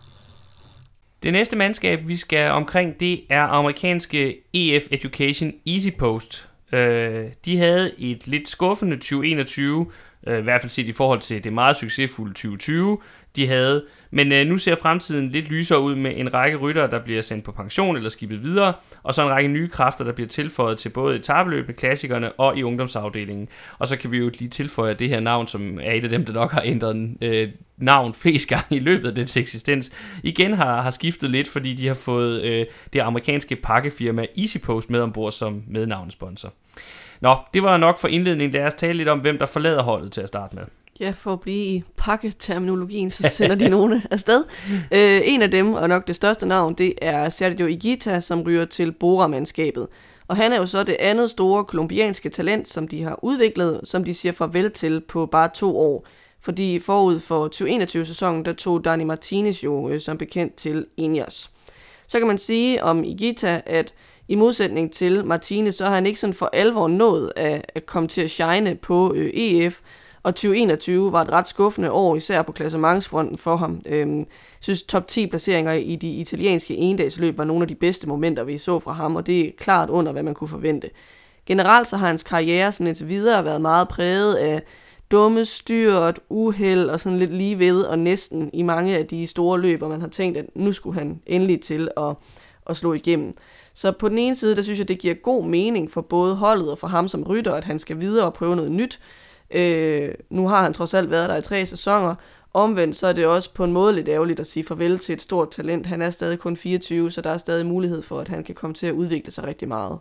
Det næste mandskab, vi skal omkring, det er amerikanske E F Education EasyPost. Øh, de havde et lidt skuffende tyve enogtyve, øh, i hvert fald set i forhold til det meget succesfulde tyve tyve, de havde. Men øh, nu ser fremtiden lidt lysere ud med en række ryttere, der bliver sendt på pension eller skibet videre, og så en række nye kræfter, der bliver tilføjet til både etapeløbene, klassikerne og i ungdomsafdelingen. Og så kan vi jo lige tilføje det her navn, som er et af dem, der nok har ændret øh, navn flest gange i løbet af dets eksistens. Igen har, har skiftet lidt, fordi de har fået øh, det amerikanske pakkefirma EasyPost med ombord som mednavnesponsor. Nå, det var nok for indledningen. Lad os tale lidt om, hvem der forlader holdet til at starte med. Ja, for at blive i pakketerminologien, så sender de nogle afsted. Øh, en af dem, og nok det største navn, det er Sergio Higuita, som ryger til Bora-mandskabet. Og han er jo så det andet store kolumbianske talent, som de har udviklet, som de siger farvel til på bare to år. Fordi forud for tyve enogtyve-sæsonen, der tog Dani Martinez jo øh, som bekendt til Ineos. Så kan man sige om Higuita, at i modsætning til Martinez, så har han ikke sådan for alvor nået at, at komme til at shine på øh, E F. Og tyve enogtyve var et ret skuffende år, især på klassementsfronten for ham. Øhm, jeg synes, top ti placeringer i de italienske endagsløb var nogle af de bedste momenter, vi så fra ham, og det er klart under, hvad man kunne forvente. Generelt så har hans karriere sådan indtil videre været meget præget af dumme styrt, uheld og sådan lidt lige ved, og næsten i mange af de store løb, hvor man har tænkt, at nu skulle han endelig til at, at slå igennem. Så på den ene side, der synes jeg, det giver god mening for både holdet og for ham som rytter, at han skal videre og prøve noget nyt. Øh, nu har han trods alt været der i tre sæsoner. Omvendt så er det også på en måde lidt ærgerligt at sige farvel til et stort talent. Han er stadig kun fireogtyve, så der er stadig mulighed for, at han kan komme til at udvikle sig rigtig meget.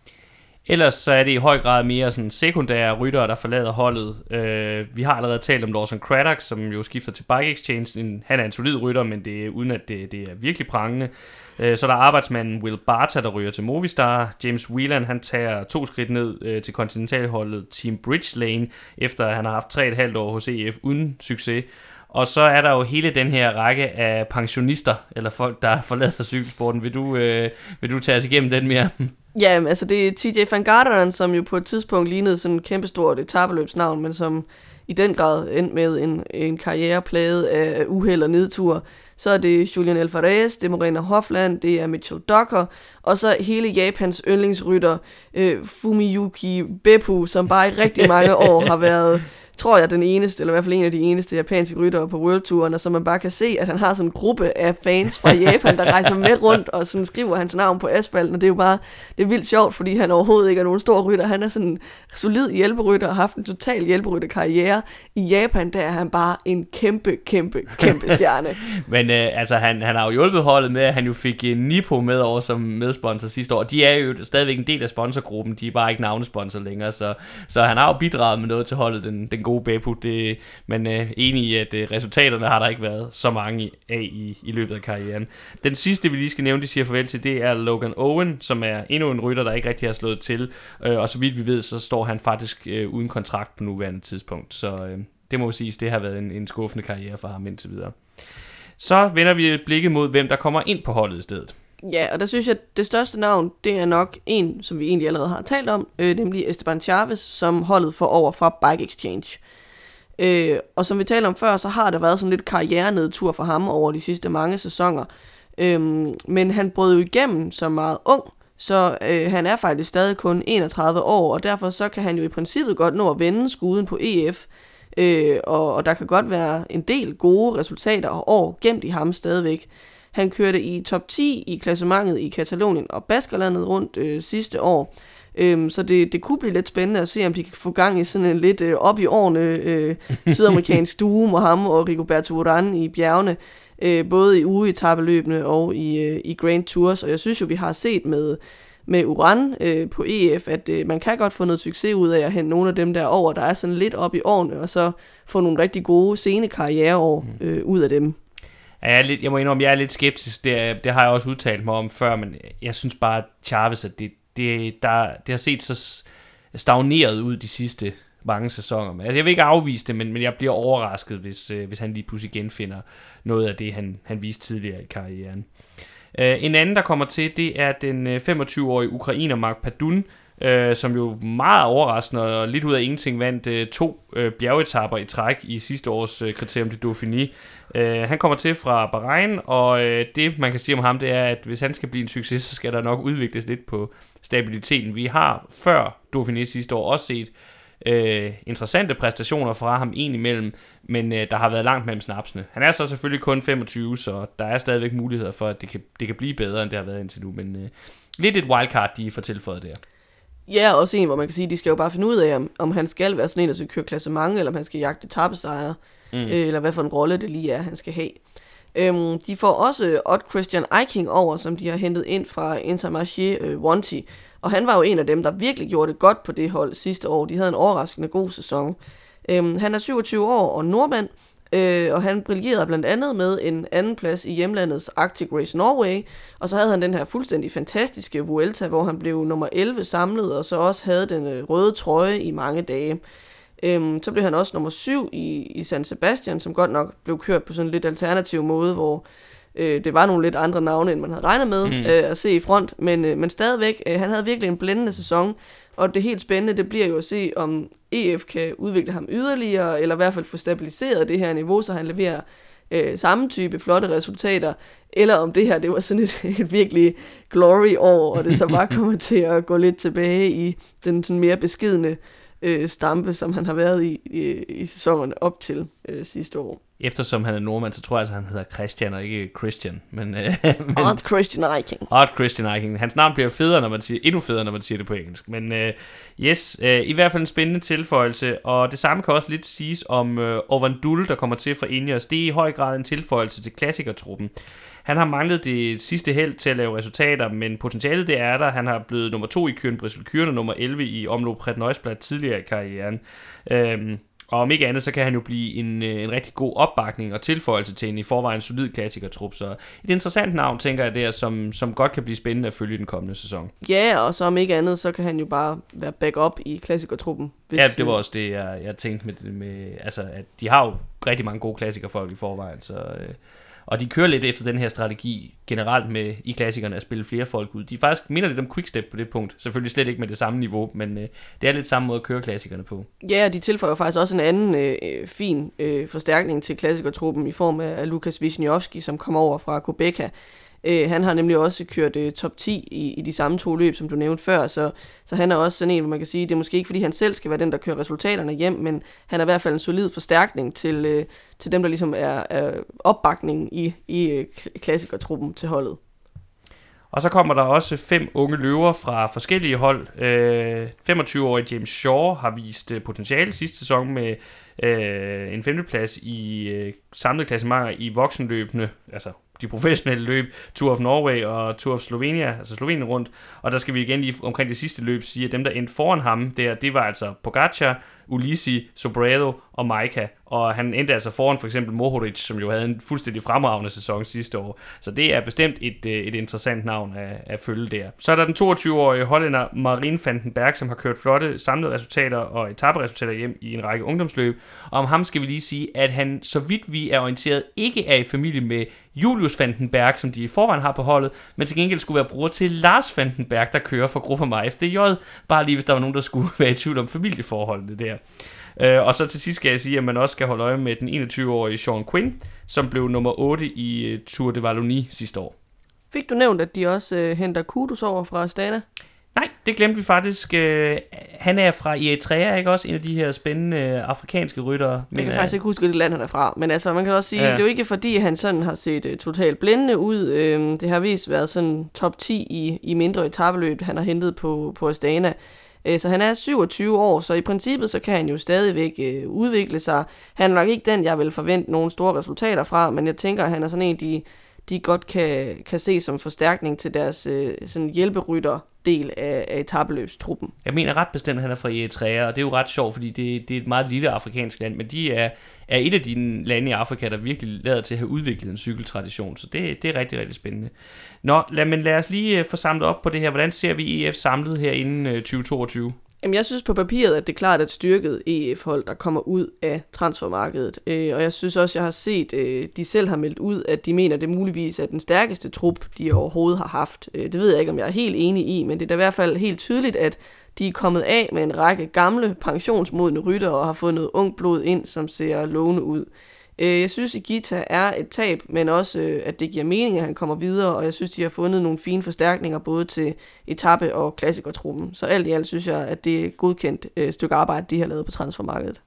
Ellers så er det i høj grad mere sådan sekundære ryttere, der forlader holdet. Øh, vi har allerede talt om Lawson Craddock, som jo skifter til Bike Exchange. Han er en solid rytter, men det er uden at det, det er virkelig prangende. Øh, så der er arbejdsmanden Will Barta, der ryger til Movistar. James Whelan, han tager to skridt ned øh, til kontinentalholdet Team Bridgelane, efter han har haft tre og et halvt år hos E F uden succes. Og så er der jo hele den her række af pensionister, eller folk, der forlader cykelsporten. Vil du, øh, vil du tage os igennem den mere? Ja, altså det er T J Van Garderen, som jo på et tidspunkt lignede sådan et kæmpestort etapeløbsnavn, men som i den grad endte med en, en karriere plaget af uheld og nedtur. Så er det Julian Alvarez, det er Morena Hofland, det er Mitchell Docker, og så hele Japans yndlingsrytter, øh, Fumiyuki Beppu, som bare i rigtig mange år har været, tror jeg, den eneste, eller i hvert fald en af de eneste japanske ryttere på World Touren, og så man bare kan se, at han har sådan en gruppe af fans fra Japan, der rejser med rundt og sådan skriver hans navn på asfalten, og det er jo bare, det er vildt sjovt, fordi han overhovedet ikke er nogen stor rytter. Han er sådan en solid hjælperytter og har haft en total hjælperytterkarriere. I Japan, der er han bare en kæmpe, kæmpe, kæmpe stjerne. Men øh, altså, han, han har jo hjulpet holdet med, at han jo fik uh, Nippo med over som medsponsor sidste år. De er jo stadigvæk en del af sponsorgruppen, de er bare ikke navnesponsor længere, så, så han har jo bidraget med noget til holdet, den, den gode Beppu, det, men øh, enig i, at øh, resultaterne har der ikke været så mange af i, i løbet af karrieren. Den sidste, vi lige skal nævne, de siger farvel til, det er Logan Owen, som er endnu en rytter, der ikke rigtig har slået til, øh, og så vidt vi ved, så står han faktisk øh, uden kontrakt på nuværende tidspunkt, så øh, det må siges, det har været en, en skuffende karriere for ham indtil videre. Så vender vi blikket mod, hvem der kommer ind på holdet i stedet. Ja, og der synes jeg, at det største navn, det er nok en, som vi egentlig allerede har talt om, øh, nemlig Esteban Chavez, som holdet får over fra Bike Exchange. Øh, og som vi talte om før, så har der været sådan lidt karrierenedtur for ham over de sidste mange sæsoner. Øh, men han brød jo igennem som meget ung, så øh, han er faktisk stadig kun enogtredive år, og derfor så kan han jo i princippet godt nå at vende skuden på E F. Øh, og, og der kan godt være en del gode resultater og år gemt i ham stadigvæk. Han kørte i top ti i klassementet i Katalonien og Baskerlandet rundt øh, sidste år. Øhm, så det, det kunne blive lidt spændende at se, om de kan få gang i sådan en lidt øh, op i årene øh, sydamerikansk duo med ham og Rigoberto Urán i bjergene. Øh, både i ugeetapeløbene og i, øh, i Grand Tours. Og jeg synes jo, vi har set med, med Urán øh, på E F, at øh, man kan godt få noget succes ud af at hente nogle af dem der over, der er sådan lidt op i årene, og så få nogle rigtig gode sene karriereår øh, ud af dem. Jeg, er lidt, jeg må indrømme, jeg er lidt skeptisk. Det, det har jeg også udtalt mig om før, men jeg synes bare, at Chavez, at det, det, der, det har set så stagneret ud de sidste mange sæsoner. Altså, jeg vil ikke afvise det, men, men jeg bliver overrasket, hvis, hvis han lige pludselig genfinder noget af det, han, han viste tidligere i karrieren. Uh, en anden, der kommer til, det er den femogtyve-årige ukrainer Mark Padun, uh, som jo meget overraskende og lidt ud af ingenting vandt uh, to uh, bjergetapper i træk i sidste års uh, Criterium du Dauphiné. Uh, han kommer til fra Bahrain, og uh, det man kan sige om ham, det er, at hvis han skal blive en succes, så skal der nok udvikles lidt på stabiliteten. Vi har før Dauphiné sidste år også set uh, interessante præstationer fra ham en imellem, men uh, der har været langt mellem snapsene. Han er så selvfølgelig kun femogtyve, så der er stadigvæk muligheder for, at det kan, det kan blive bedre, end det har været indtil nu, men uh, lidt et wildcard, de får tilføjet der. Ja, også en, hvor man kan sige, at de skal jo bare finde ud af, om, om han skal være sådan en, der skal køre klassement, eller om han skal jagte etappesejre, mm. øh, eller hvad for en rolle det lige er, han skal have. Øhm, de får også Odd Christian Eiking over, som de har hentet ind fra Intermarché øh, Wanty, og han var jo en af dem, der virkelig gjorde det godt på det hold sidste år. De havde en overraskende god sæson. Øhm, han er syvogtyve år og nordmand, øh, og han brillerede blandt andet med en anden plads i hjemlandets Arctic Race Norway, og så havde han den her fuldstændig fantastiske Vuelta, hvor han blev nummer elleve samlet, og så også havde den øh, røde trøje i mange dage. Øhm, så blev han også nummer syv i, i San Sebastian, som godt nok blev kørt på sådan en lidt alternativ måde, hvor øh, det var nogle lidt andre navne, end man havde regnet med mm. øh, at se i front, men, øh, men stadigvæk, øh, han havde virkelig en blændende sæson, og det helt spændende, det bliver jo at se, om E F kan udvikle ham yderligere, eller i hvert fald få stabiliseret det her niveau, så han leverer øh, samme type flotte resultater, eller om det her, det var sådan et, et virkelig glory-år, og det så bare kommer til at gå lidt tilbage i den sådan mere beskedne øh, stampe, som han har været i, i, i sæsonerne op til øh, sidste år. Eftersom han er nordmand, så tror jeg, at han hedder Christian og ikke Christian. Men, øh, men Odd Christian Eiking. Odd Christian Eiking. Hans navn bliver federe, når man siger, endnu federe, når man siger det på engelsk. Men øh, yes, øh, i hvert fald en spændende tilføjelse. Og det samme kan også lidt siges om øh, Ovandul, der kommer til fra Ineos. Det er i høj grad en tilføjelse til klassikertruppen. Han har manglet det sidste held til at lave resultater, men potentialet det er der. Han har blevet nummer to i Kuurne Bressel-Kuurne og nummer elleve i Omloop Red Neusplat tidligere i karrieren. Øhm, og om ikke andet, så kan han jo blive en, en rigtig god opbakning og tilføjelse til en i forvejen solid klassikertrup. Så et interessant navn, tænker jeg der, som, som godt kan blive spændende at følge den kommende sæson. Ja, og så om ikke andet, så kan han jo bare være backup i klassikertruppen. Hvis, ja, det var også det, jeg, jeg tænkte med, med, altså at de har jo rigtig mange gode klassikerfolk i forvejen, så... Øh, Og de kører lidt efter den her strategi generelt med i klassikerne at spille flere folk ud. De faktisk minder lidt om Quickstep på det punkt. Selvfølgelig slet ikke med det samme niveau, men øh, det er lidt samme måde at køre klassikerne på. Ja, og de tilføjer faktisk også en anden øh, fin øh, forstærkning til klassikertruppen i form af, af Lukas Wisniewski, som kommer over fra Kubeka. Øh, han har nemlig også kørt øh, top ti i, i de samme to løb, som du nævnte før, så, så han er også sådan en, hvor man kan sige, det er måske ikke, fordi han selv skal være den, der kører resultaterne hjem, men han er i hvert fald en solid forstærkning til, øh, til dem, der ligesom er, er opbakningen i, i øh, klassikertruppen til holdet. Og så kommer der også fem unge løver fra forskellige hold. Øh, femogtyve-årige James Shaw har vist øh, potentiale sidste sæson med øh, en femteplads i øh, samlede klassementer i voksenløbene, altså de professionelle løb, Tour of Norway og Tour of Slovenia, altså Slovenien rundt. Og der skal vi igen lige omkring det sidste løb sige, at dem, der endte foran ham der, det var altså Pogačar, Ulissi, Sobrero og Majka. Og han endte altså foran for eksempel Mohoric, som jo havde en fuldstændig fremragende sæson sidste år. Så det er bestemt et, et interessant navn at, at følge der. Så er der den toogtyve-årige hollænder Marijn van den Berg, som har kørt flotte samlede resultater og etaperesultater hjem i en række ungdomsløb. Og om ham skal vi lige sige, at han, så vidt vi er orienteret, ikke er i familie med Julius van den Berg, som de i forvejen har på holdet, men til gengæld skulle være bror til Lars van den Berg, der kører for Groupama F D J, bare lige hvis der var nogen, der skulle være i tvivl om familieforholdene der. Uh, og så til sidst skal jeg sige, at man også skal holde øje med den enogtyve-årige Sean Quinn, som blev nummer otte i uh, Tour de Wallonie sidste år. Fik du nævnt, at de også uh, henter Kudus over fra Astana? Nej, det glemte vi faktisk. Uh, han er fra Eritrea, ikke også? En af de her spændende uh, afrikanske ryttere. Jeg kan faktisk ikke huske, hvilket land han er fra. Men altså, man kan også sige, ja. Det er jo ikke fordi, han sådan har set uh, totalt blændende ud. Uh, det har vist været sådan top ti i, i mindre etapeløb, han har hentet på, på Astana. Så han er syvogtyve år, så i princippet så kan han jo stadigvæk øh, udvikle sig. Han er nok ikke den, jeg vil forvente nogle store resultater fra, men jeg tænker, at han er sådan en, de, de godt kan, kan se som forstærkning til deres øh, sådan hjælperytter-del af, af etapeløbstruppen. Jeg mener ret bestemt, at han er fra Eritrea, og det er jo ret sjovt, fordi det, det er et meget lille afrikansk land, men de er, er et af de lande i Afrika, der virkelig lader til at have udviklet en cykeltradition, så det, det er rigtig, rigtig spændende. Nå, lad, men lad os lige få samlet op på det her. Hvordan ser vi E F samlet her inden tyve toogtyve? Jamen, jeg synes på papiret, at det er klart et styrket E F-hold, der kommer ud af transfermarkedet. Øh, og jeg synes også, jeg har set, øh, de selv har meldt ud, at de mener, at det muligvis er den stærkeste trup, de overhovedet har haft. Øh, det ved jeg ikke, om jeg er helt enig i, men det er da i hvert fald helt tydeligt, at de er kommet af med en række gamle pensionsmodne ryttere og har fået noget ung blod ind, som ser lovende ud. Jeg synes, Higuita er et tab, men også, at det giver mening, at han kommer videre, og jeg synes, de har fundet nogle fine forstærkninger, både til etape- og klassikertruppen. Så alt i alt synes jeg, at det er et godkendt stykke arbejde, de har lavet på transfermarkedet.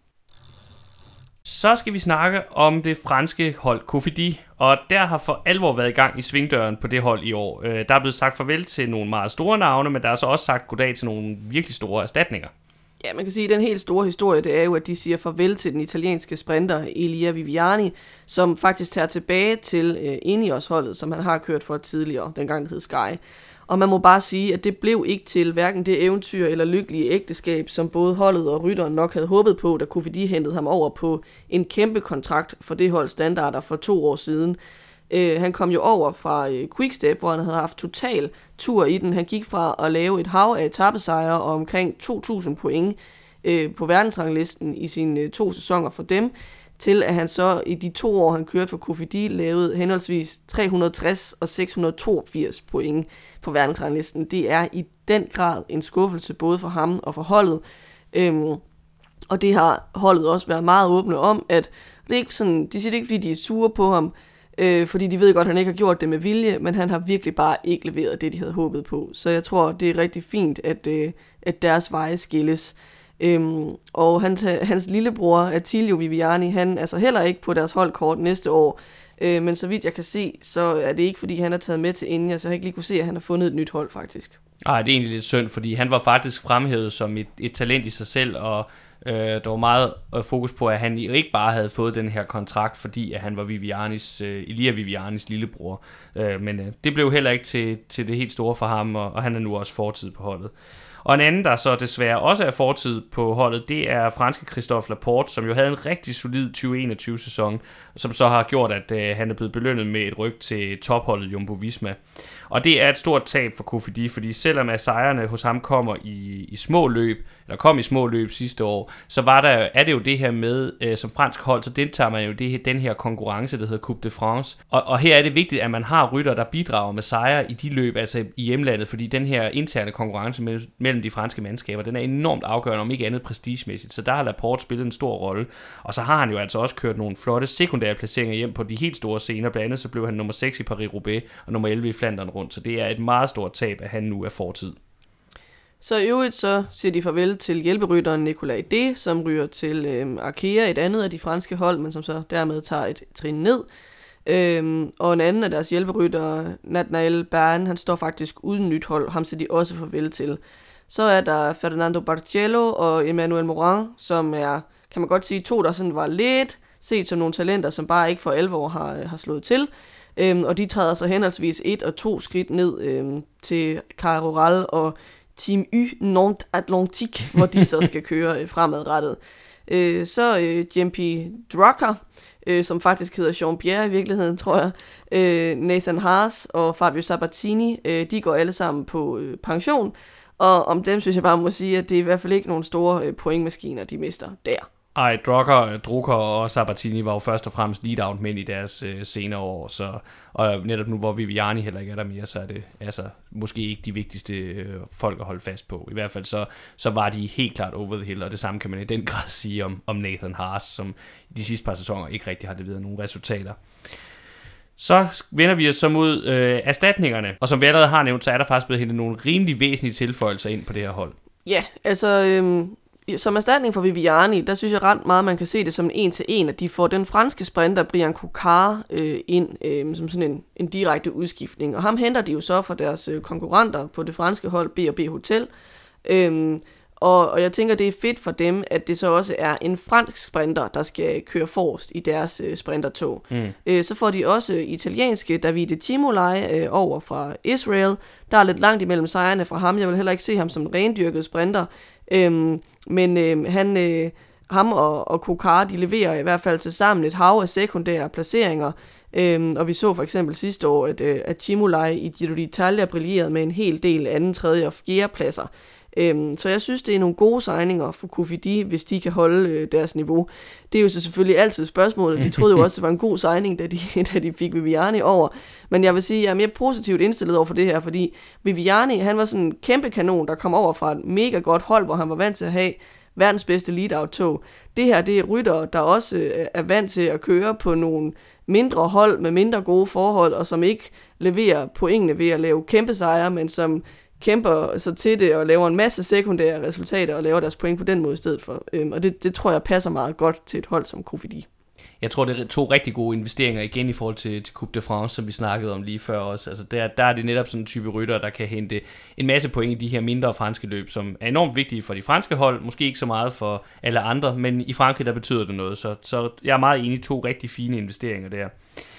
Så skal vi snakke om det franske hold Cofidis, og der har for alvor været i gang i svingdøren på det hold i år. Der er blevet sagt farvel til nogle meget store navne, men der er så også sagt goddag til nogle virkelig store erstatninger. Ja, man kan sige, at den helt store historie, det er jo, at de siger farvel til den italienske sprinter Elia Viviani, som faktisk tager tilbage til øh, Ineos-holdet, som han har kørt for tidligere, dengang det hed Sky. Og man må bare sige, at det blev ikke til hverken det eventyr eller lykkelige ægteskab, som både holdet og rytteren nok havde håbet på, da Cofidis hentede ham over på en kæmpe kontrakt for det hold standarder for to år siden. Uh, han kom jo over fra uh, Quickstep, hvor han havde haft total tur i den. Han gik fra at lave et hav af etapesejre og omkring to tusind point uh, på verdensranglisten i sine uh, to sæsoner for dem, til at han så i de to år, han kørte for Cofidis, lavede henholdsvis tre hundrede og tres og seks hundrede og toogfirs point på verdensranglisten. Det er i den grad en skuffelse både for ham og for holdet. Um, og det har holdet også været meget åbne om, at det er ikke sådan, de siger det ikke, fordi de er sure på ham, Øh, fordi de ved godt, at han ikke har gjort det med vilje, men han har virkelig bare ikke leveret det, de havde håbet på. Så jeg tror, det er rigtig fint, at, øh, at deres veje skilles. Øhm, og hans, hans lillebror, Attilio Viviani, han er så heller ikke på deres holdkort næste år. Øh, men så vidt jeg kan se, så er det ikke, fordi han er taget med til Ineos, så jeg har ikke lige kunne se, at han har fundet et nyt hold, faktisk. Ej, det er egentlig lidt synd, fordi han var faktisk fremhævet som et, et talent i sig selv, og Øh, der var meget øh, fokus på, at han ikke bare havde fået den her kontrakt, fordi at han var Vivianis, øh, Elia Vivianis lillebror. Øh, men øh, det blev heller ikke til, til det helt store for ham, og, og han er nu også fortid på holdet. Og en anden, der så desværre også er fortid på holdet, det er franske Christophe Laporte, som jo havde en rigtig solid tyve enogtyve-sæson, som så har gjort, at øh, han er blevet belønnet med et ryg til topholdet Jumbo Visma. Og det er et stort tab for Cofidis, fordi selvom at sejrene hos ham kommer i, i små løb, eller kom i små løb sidste år, så var der, er det jo det her med, øh, som fransk hold, så deltager man jo det, den her konkurrence, der hedder Coupe de France. Og, og her er det vigtigt, at man har rytter, der bidrager med sejre i de løb, altså i hjemlandet, fordi den her interne konkurrence mellem, mellem de franske mandskaber, den er enormt afgørende, om ikke andet prestigemæssigt. Så der har Laporte spillet en stor rolle. Og så har han jo altså også kørt nogle flotte sekundære placeringer hjem på de helt store scener. Blandt andet så blev han nummer seks i Paris-Roubaix og nummer elleve i Flandern rundt. Så det er et meget stort tab, at han nu er fortid. Så i øvrigt så siger de farvel til hjælperytteren Nicolas D, som ryger til øhm, Arkea, et andet af de franske hold, men som så dermed tager et trin ned. Øhm, og en anden af deres hjælperyttere, Nathanael Bern, han står faktisk uden nyt hold, ham siger de også farvel til. Så er der Fernando Bargiello og Emmanuel Morin, som er, kan man godt sige, to, der sådan var lidt set som nogle talenter, som bare ikke for alvor har, har slået til. Øhm, og de træder så henholdsvis et og to skridt ned øhm, til Caroral og Team Y Nantes Atlantique, hvor de så skal køre øh, fremadrettet. Øh, så øh, J M P Drucker, øh, som faktisk hedder Jean-Pierre i virkeligheden, tror jeg. Øh, Nathan Haas og Fabio Sabatini, øh, de går alle sammen på øh, pension. Og om dem synes jeg bare må sige, at det er i hvert fald ikke nogle store øh, pointmaskiner, de mister der. Ej, Drucker, Drucker og Sabatini var jo først og fremmest lead-out mænd i deres øh, senere år, så, og netop nu, hvor Viviani heller ikke er der mere, så er det altså, måske ikke de vigtigste øh, folk at holde fast på. I hvert fald så, så var de helt klart over the hill, og det samme kan man i den grad sige om, om Nathan Haas, som i de sidste par sæsoner ikke rigtig har leveret nogle resultater. Så vender vi os så mod øh, erstatningerne, og som vi allerede har nævnt, så er der faktisk blevet hentet nogle rimelig væsentlige tilføjelser ind på det her hold. Ja, altså øhm, som erstatning for Viviani, der synes jeg ret meget, man kan se det som en en til en, at de får den franske sprinter Brian Cocard øh, ind øh, som sådan en, en direkte udskiftning. Og ham henter de jo så fra deres øh, konkurrenter på det franske hold B og B Hotel. Øhm, og, og jeg tænker, det er fedt for dem, at det så også er en fransk sprinter, der skal køre forrest i deres øh, sprintertog. Mm. Øh, så får de også italienske Davide Cimolai øh, over fra Israel. Der er lidt langt imellem sejrene fra ham. Jeg vil heller ikke se ham som en rendyrket sprinter. Øhm, men øh, han, øh, ham og, og Cocard, de leverer i hvert fald til sammen et hav af sekundære placeringer. Øhm, og vi så for eksempel sidste år, at, øh, at Cimolai i Giro d'Italia brillerede med en hel del anden, tredje og fjerde pladser. Øhm, så jeg synes, det er nogle gode signinger for Kofidi, hvis de kan holde øh, deres niveau. Det er jo så selvfølgelig altid spørgsmålet. De troede jo også, det var en god signing, da de, da de fik Viviani over. Men jeg vil sige, at jeg er mere positivt indstillet over for det her, fordi Viviani, han var sådan en kæmpe kanon, der kom over fra et mega godt hold, hvor han var vant til at have verdens bedste lead-out-tog. Det her, det er ryttere, der også øh, er vant til at køre på nogle mindre hold med mindre gode forhold, og som ikke leverer pointene ved at lave kæmpe sejre, men som kæmper sig til det og laver en masse sekundære resultater og laver deres point på den måde i stedet for. Øhm, og det, det tror jeg passer meget godt til et hold som Kofidi. Jeg tror, det er to rigtig gode investeringer igen i forhold til, til Coupe de France, som vi snakkede om lige før også. Altså der, der er det netop sådan en type rytter, der kan hente en masse point i de her mindre franske løb, som er enormt vigtige for de franske hold. Måske ikke så meget for alle andre, men i Frankrig der betyder det noget. Så, så jeg er meget enig i to rigtig fine investeringer der.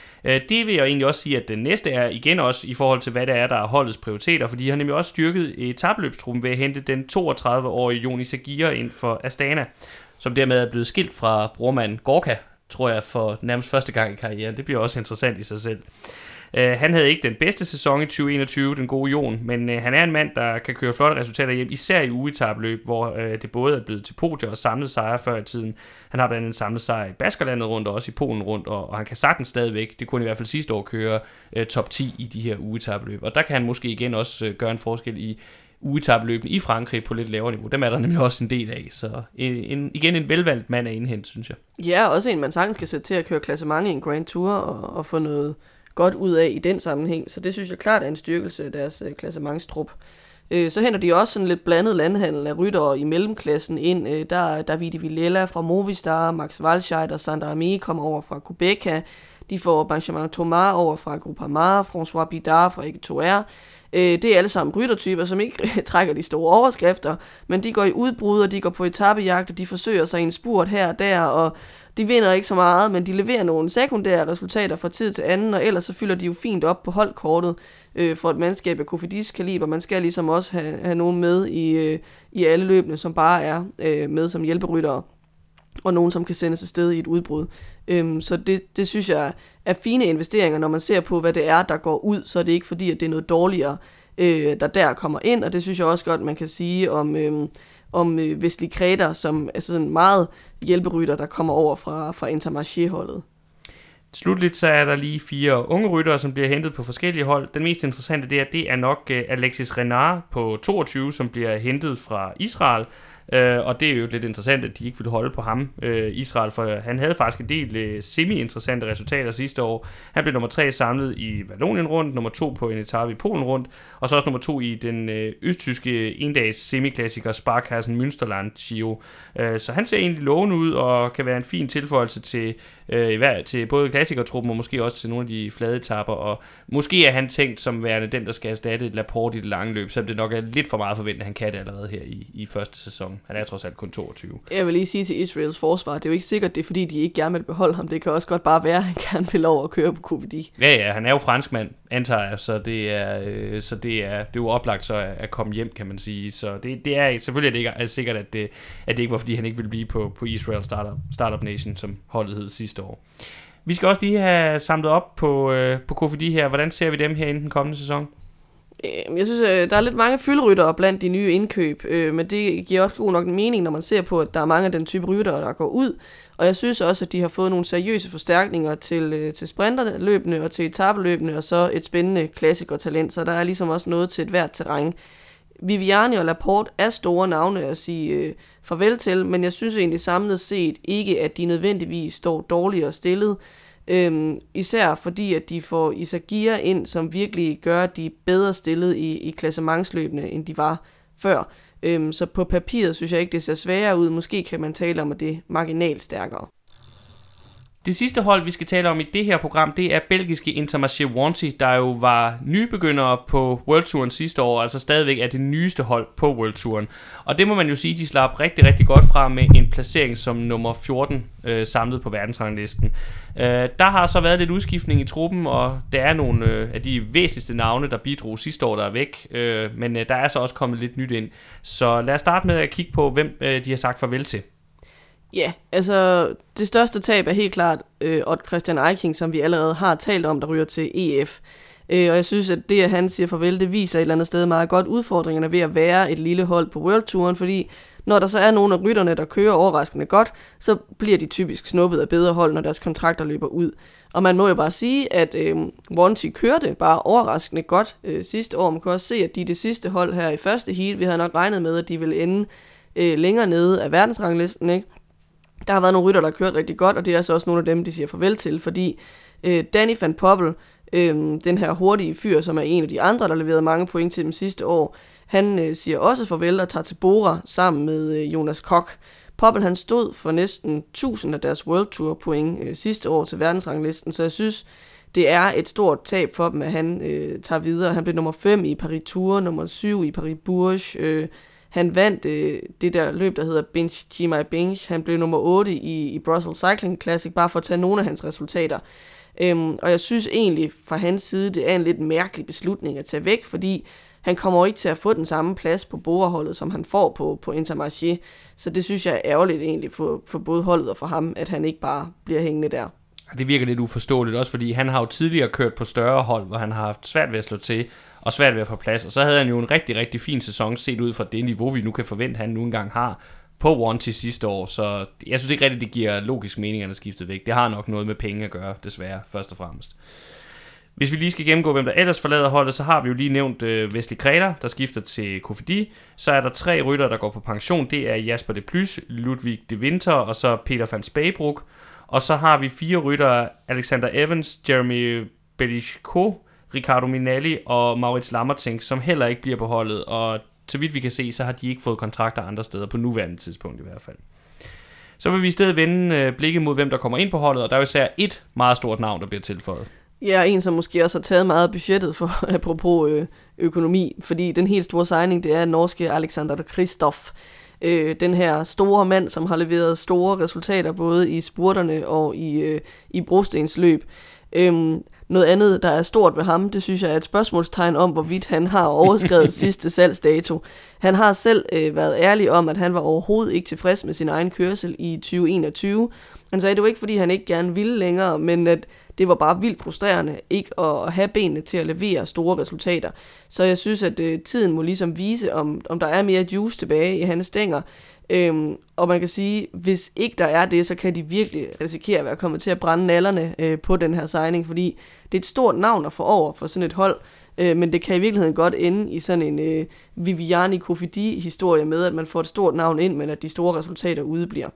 Det vil jeg egentlig også sige, at den næste er igen også i forhold til, hvad det er, der er holdets prioriteter, fordi de har nemlig også styrket etapløbstruppen ved at hente den toogtredive-årige Joni Zagir ind for Astana, som dermed er blevet skilt fra brormanden Gorka, tror jeg, for nærmest første gang i karrieren. Det bliver også interessant i sig selv. Uh, han havde ikke den bedste sæson i tyve enogtyve, den gode Jon, men uh, han er en mand, der kan køre flotte resultater hjem, især i ugetabløb, hvor uh, det både er blevet til podier og samlet sejre før i tiden. Han har blandt andet en samlet sejr i Baskerlandet rundt og også i Polen rundt, og, og han kan sagtens stadigvæk, det kunne i hvert fald sidste år, køre uh, top ti i de her ugetabløb. Og der kan han måske igen også uh, gøre en forskel i ugetabløbene i Frankrig på lidt lavere niveau. Dem er der nemlig også en del af, så en, en, igen en velvalgt mand at indhente, synes jeg. Ja, også en, man sagtens skal sætte til at køre klassement i en Grand Tour og, og få noget godt ud af i den sammenhæng, så det synes jeg klart er en styrkelse af deres øh, klassementstrup. Øh, så henter de også sådan lidt blandet landhandel af ryttere i mellemklassen ind. Øh, der er Davide Villela fra Movistar, Max Walscheid og Sander Amé kommer over fra Qhubeka. De får Benjamin Thomas over fra Groupama, François Bidard fra Equatorial. Øh, det er alle sammen ryttertyper, som ikke trækker de store overskrifter, men de går i udbrud, og de går på etapejagt, og de forsøger sig i en spurt her og der, og de vinder ikke så meget, men de leverer nogle sekundære resultater fra tid til anden, og ellers så fylder de jo fint op på holdkortet øh, for et mandskab af Kofidis kaliber. Man skal ligesom også have, have nogen med i, øh, i alle løbene, som bare er øh, med som hjælperyttere, og nogen, som kan sendes afsted i et udbrud. Øhm, så det, det synes jeg er fine investeringer, når man ser på, hvad det er, der går ud, så er det ikke fordi, at det er noget dårligere, øh, der der kommer ind, og det synes jeg også godt, man kan sige om... Øh, om øh, Wesley Kreder, som er sådan meget hjælperytter, der kommer over fra, fra Intermarché-holdet. Slutligt så er der lige fire unge ryttere, som bliver hentet på forskellige hold. Den mest interessante det er, det er nok uh, Alexis Renard på toogtyve, som bliver hentet fra Israel. Uh, og det er jo lidt interessant, at de ikke ville holde på ham, uh, Israel, for han havde faktisk en del uh, semi-interessante resultater sidste år. Han blev nummer tre samlet i Vallonien rundt, nummer to på en etape i Polen rundt, og så også nummer to i den uh, østtyske endags semiklassiker Sparkassen Münsterland Giro. Uh, så han ser egentlig lovende ud og kan være en fin tilføjelse til, uh, til både klassikertruppen og måske også til nogle af de flade etaper, og måske er han tænkt som værende den, der skal erstatte et Laporte i det lange løb, så det nok er lidt for meget forventet, at han kan det allerede her i, i første sæson. Han er trods alt kun toogtyve. Jeg vil lige sige til Israels forsvar, det er jo ikke sikkert, det er fordi, de ikke gerne vil beholde ham. Det kan også godt bare være, at han gerne vil over at køre på Kofidi. Ja, ja, han er jo franskmand, antager jeg, så det er, øh, så det er, det er jo oplagt så at, at komme hjem, kan man sige. Så det, det er selvfølgelig er det ikke er sikkert, at det, at det ikke var, fordi han ikke ville blive på, på Israel Startup, Startup Nation, som holdet hed sidste år. Vi skal også lige have samlet op på, øh, på Kofidi her. Hvordan ser vi dem her inden den kommende sæson? Jeg synes, der er lidt mange fyldryttere blandt de nye indkøb, men det giver også god nok en mening, når man ser på, at der er mange af den type ryttere, der går ud. Og jeg synes også, at de har fået nogle seriøse forstærkninger til, til sprinterløbene og til etapeløbene, og så et spændende klassikertalent, så der er ligesom også noget til et hvert terræn. Viviani og Laporte er store navne at sige øh, farvel til, men jeg synes egentlig samlet set ikke, at de nødvendigvis står dårligere stillet. Øhm, især fordi, at de får Izagirre ind, som virkelig gør, at de er bedre stillet i, i klassementsløbene, end de var før. Øhm, så på papiret synes jeg ikke, det ser sværere ud. Måske kan man tale om, at det er marginalt stærkere. Det sidste hold, vi skal tale om i det her program, det er belgiske Intermarché Wanty, der jo var nybegyndere på World Touren sidste år, altså stadigvæk er det nyeste hold på World Touren. Og det må man jo sige, de slap rigtig, rigtig godt fra med en placering som nummer fjorten øh, samlet på verdensranglisten. Øh, der har så været lidt udskiftning i truppen, og der er nogle øh, af de væsentligste navne, der bidrog sidste år, der er væk. Øh, men øh, der er så også kommet lidt nyt ind. Så lad os starte med at kigge på, hvem øh, de har sagt farvel til. Ja, altså det største tab er helt klart øh, Odd Christian Eiking, som vi allerede har talt om, der ryger til E F. Øh, og jeg synes, at det, at han siger farvel, det viser et eller andet sted meget godt udfordringerne ved at være et lille hold på World Touren, fordi når der så er nogle af rytterne, der kører overraskende godt, så bliver de typisk snuppet af bedre hold, når deres kontrakter løber ud. Og man må jo bare sige, at øh, Wanty kørte bare overraskende godt øh, sidste år. Man kan også se, at de er det sidste hold her i første heat. Vi havde nok regnet med, at de ville ende øh, længere nede af verdensranglisten, ikke? Der har været nogle rytter, der har kørt rigtig godt, og det er altså også nogle af dem, de siger farvel til, fordi øh, Danny van Poppel, øh, den her hurtige fyr, som er en af de andre, der leverede mange point til dem sidste år, han øh, siger også farvel og tager til Bora sammen med øh, Jonas Koch. Poppel, han stod for næsten tusind af deres World Tour point øh, sidste år til verdensranglisten, så jeg synes, det er et stort tab for dem, at han øh, tager videre. Han blev nummer fem i Paris Tour, nummer syv i Paris Bourges. Øh, han vandt øh, det der løb, der hedder Binge Chimay Binge. Han blev nummer otte i, i Brussels Cycling Classic, bare for at tage nogle af hans resultater. Øhm, og jeg synes egentlig fra hans side, det er en lidt mærkelig beslutning at tage væk, fordi han kommer ikke til at få den samme plads på Bora-holdet, som han får på, på Intermarché. Så det synes jeg er ærgerligt egentlig for, for både holdet og for ham, at han ikke bare bliver hængende der. Det virker lidt uforståeligt også, fordi han har jo tidligere kørt på større hold, hvor han har haft svært ved at slå til og svært ved at få plads. Og så havde han jo en rigtig, rigtig fin sæson set ud fra det niveau, vi nu kan forvente, han nu engang har på Wanty sidste år. Så jeg synes ikke rigtigt, det giver logisk mening, at han er skiftet væk. Det har nok noget med penge at gøre, desværre, først og fremmest. Hvis vi lige skal gennemgå, hvem der ellers forlader holdet, så har vi jo lige nævnt øh, Wesley Kreder, der skifter til Cofidis. Så er der tre ryttere, der går på pension. Det er Jasper De Plus, Ludwig De Winter og så Peter van Speybroek. Og så har vi fire ryttere, Alexander Evans, Jeremy Belichko, Riccardo Minalli og Maurits Lammertink, som heller ikke bliver på holdet. Og så vidt vi kan se, så har de ikke fået kontrakter andre steder på nuværende tidspunkt i hvert fald. Så vil vi i stedet vende blikket mod, hvem der kommer ind på holdet, og der er jo især et meget stort navn, der bliver tilføjet. Ja, en som måske også har taget meget af budgettet for apropos øh, økonomi, fordi den helt store signing, det er norske Alexander Kristoff. Øh, den her store mand, som har leveret store resultater både i spurterne og i, øh, i brostensløb. Øhm, noget andet, der er stort ved ham, det synes jeg er et spørgsmålstegn om, hvorvidt han har overskredet sidste salgsdato. Han har selv øh, været ærlig om, at han var overhovedet ikke tilfreds med sin egen kørsel i tyve enogtyve. Han sagde, det var ikke, fordi han ikke gerne ville længere, men at det var bare vildt frustrerende ikke at have benene til at levere store resultater. Så jeg synes, at øh, tiden må ligesom vise, om, om der er mere juice tilbage i hans stænger. Øhm, og man kan sige, hvis ikke der er det, så kan de virkelig risikere at være kommet til at brænde nallerne øh, på den her signing, fordi det er et stort navn at få over for sådan et hold, øh, men det kan i virkeligheden godt ende i sådan en øh, Viviani Cofidis-historie med, at man får et stort navn ind, men at de store resultater udebliver.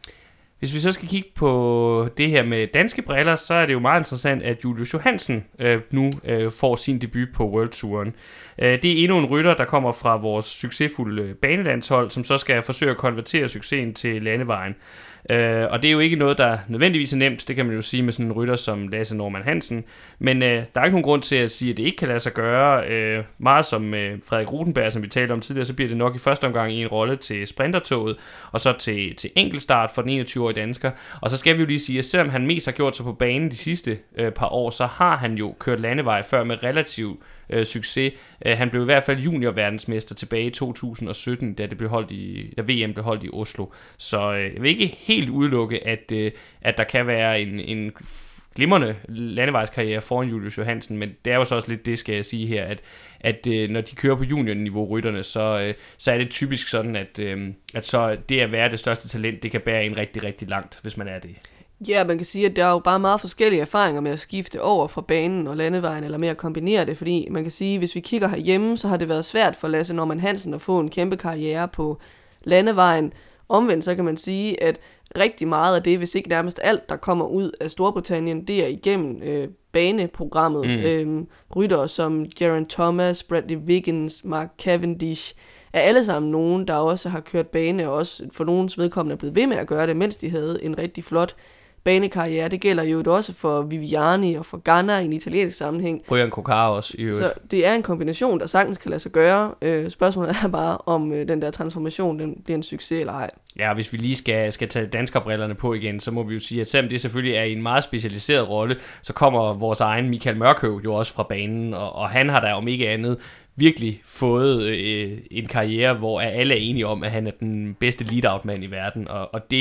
Hvis vi så skal kigge på det her med danske briller, så er det jo meget interessant, at Julius Johansen øh, nu øh, får sin debut på World Touren. Øh, det er endnu en rytter, der kommer fra vores succesfulde banelandshold, som så skal forsøge at konvertere succesen til landevejen. Øh, og det er jo ikke noget, der nødvendigvis er nemt, det kan man jo sige med sådan en rytter som Lasse Norman Hansen, men øh, der er ikke nogen grund til at sige, at det ikke kan lade sig gøre. Øh, meget som øh, Frederik Rutenberg, som vi talte om tidligere, så bliver det nok i første omgang i en rolle til sprintertoget, og så til, til enkeltstart for den enogtyve-årige dansker. Og så skal vi jo lige sige, at selvom han mest har gjort sig på banen de sidste øh, par år, så har han jo kørt landevej før med relativ øh, succes. Øh, han blev i hvert fald junior-verdensmester tilbage i to tusind og sytten, da, det blev holdt i, da V M blev holdt i Oslo. Så øh, jeg vil ikke helt udelukke, at, øh, at der kan være en, en glimrende landevejskarriere foran Julius Johansen, men det er jo så også lidt det, skal jeg sige her, at, at øh, når de kører på juniorniveau rytterne, så, øh, så er det typisk sådan, at, øh, at så det at være det største talent, det kan bære en rigtig, rigtig langt, hvis man er det. Ja, man kan sige, at der er jo bare meget forskellige erfaringer med at skifte over fra banen og landevejen, eller med at kombinere det, fordi man kan sige, at hvis vi kigger herhjemme, så har det været svært for Lasse Norman Hansen at få en kæmpe karriere på landevejen. Omvendt så kan man sige, at rigtig meget af det, hvis ikke nærmest alt, der kommer ud af Storbritannien, det er igennem øh, baneprogrammet. Mm. Øhm, ryttere som Geraint Thomas, Bradley Wiggins, Mark Cavendish, er alle sammen nogen, der også har kørt bane, og også for nogens vedkommende er blevet ved med at gøre det, mens de havde en rigtig flot banekarriere. Det gælder jo også for Viviani og for Ganna i en italiensk sammenhæng. Brian Coccaro også i øvrigt. Så det er en kombination, der sagtens kan lade sig gøre. Øh, spørgsmålet er bare, om øh, den der transformation den bliver en succes eller ej. Ja, hvis vi lige skal, skal tage danskerbrillerne på igen, så må vi jo sige, at selvom det selvfølgelig er i en meget specialiseret rolle, så kommer vores egen Michael Mørkøv jo også fra banen, og, og han har da om ikke andet virkelig fået øh, en karriere, hvor alle er enige om, at han er den bedste lead-out-mand i verden, og, og det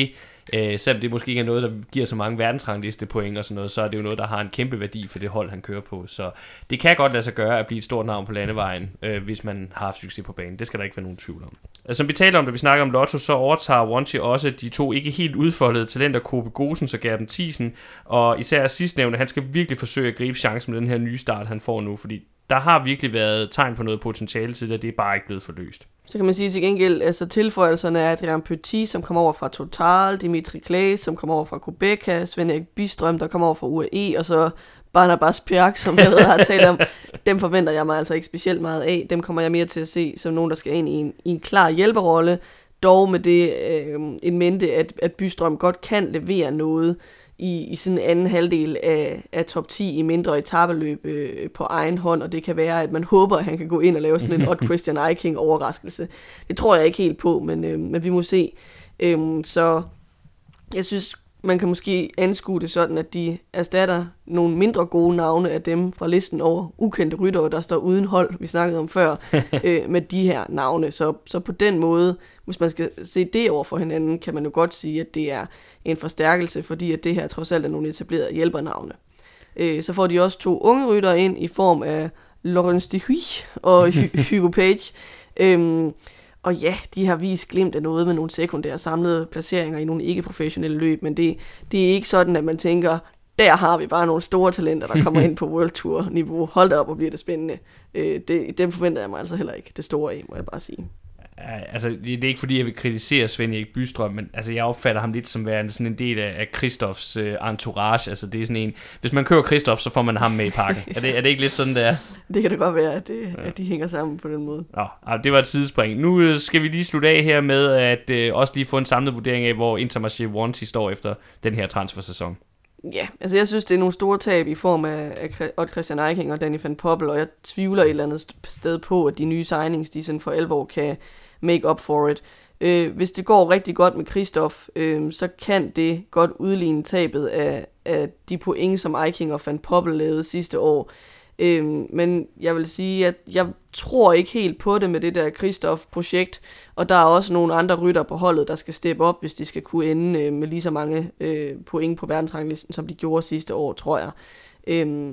Øh, selvom det måske ikke er noget, der giver så mange verdensrangliste point og sådan noget, så er det jo noget, der har en kæmpe værdi for det hold, han kører på. Så det kan godt lade sig gøre at blive et stort navn på landevejen, øh, hvis man har haft succes på banen. Det skal der ikke være nogen tvivl om. Altså, som vi talte om, da vi snakker om Lotto, så overtager Wanty også de to ikke helt udfoldede talenter, Kobe Gosens og Gerben Thiesen, og især sidstnævnte, han skal virkelig forsøge at gribe chancen med den her nye start, han får nu, fordi der har virkelig været tegn på noget potentiale til det, det er bare ikke blevet forløst. Så kan man sige til gengæld, altså tilføjelserne er Adrian Petit, som kommer over fra Total, Dimitri Claes, som kommer over fra Kubeka, Svend-Erik Bystrøm, der kommer over fra U A E, og så Barnabas Pjærk, som jeg ved har talt om. Dem forventer jeg mig altså ikke specielt meget af. Dem kommer jeg mere til at se som nogen, der skal ind i en, i en klar hjælperolle, dog med det øh, en mente, at, at Bystrøm godt kan levere noget i, i sådan en anden halvdel af, af top ti i mindre etabeløb øh, på egen hånd, og det kan være, at man håber, at han kan gå ind og lave sådan en Odd Christian Eiking overraskelse. Det tror jeg ikke helt på, men, øh, men vi må se. Øhm, så jeg synes, man kan måske anskue det sådan, at de erstatter nogle mindre gode navne af dem fra listen over ukendte ryttere, der står uden hold, vi snakkede om før, øh, med de her navne. Så, så på den måde, hvis man skal se det over for hinanden, kan man jo godt sige, at det er en forstærkelse, fordi at det her trods alt er nogle etablerede hjælpernavne. Øh, så får de også to unge ryttere ind i form af Laurens de Huy og Hugo Page. Øhm, Og ja, de har vist glimt af noget med nogle sekundære samlede placeringer i nogle ikke-professionelle løb, men det, det er ikke sådan, at man tænker, der har vi bare nogle store talenter, der kommer ind på World Tour-niveau. Hold da op, og bliver det spændende. Øh, det, dem forventer jeg mig altså heller ikke det store af, må jeg bare sige. Altså, det er ikke fordi, jeg vil kritisere Svend-Erik Bystrøm, men altså, jeg opfatter ham lidt som værende sådan en del af, af Christophs øh, entourage. Altså, det er sådan en, hvis man kører Christoph, så får man ham med i pakken. er, det, er det ikke lidt sådan, det er? Det kan det godt være, at, det, ja. at de hænger sammen på den måde. Nå, det var et sidespring. Nu øh, skal vi lige slutte af her med at øh, også lige få en samlet vurdering af, hvor Intermarché Wanty står efter den her transfersæson. Ja, altså jeg synes, det er nogle store tab i form af, af Odd Christian Eiking og Danny van Poppel, og jeg tvivler et eller andet sted på, at de nye signings, de sådan for alvor kan make up for it. Øh, hvis det går rigtig godt med Christoph, øh, så kan det godt udligne tabet af, af de point, som Eiking og Van Poppel lavede sidste år. Øh, men jeg vil sige, at jeg tror ikke helt på det med det der Christoph-projekt, og der er også nogle andre rytter på holdet, der skal steppe op, hvis de skal kunne ende øh, med lige så mange øh, point på verdensranglisten, som de gjorde sidste år, tror jeg. Øh,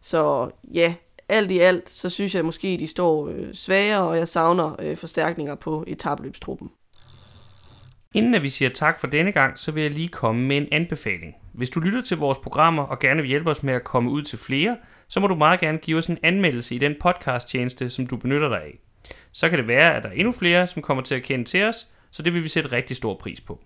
så ja, alt i alt, så synes jeg måske, de står øh, svagere, og jeg savner øh, forstærkninger på etabløbstruppen. Inden at vi siger tak for denne gang, så vil jeg lige komme med en anbefaling. Hvis du lytter til vores programmer og gerne vil hjælpe os med at komme ud til flere, så må du meget gerne give os en anmeldelse i den podcasttjeneste, som du benytter dig af. Så kan det være, at der er endnu flere, som kommer til at kende til os, så det vil vi sætte rigtig stor pris på.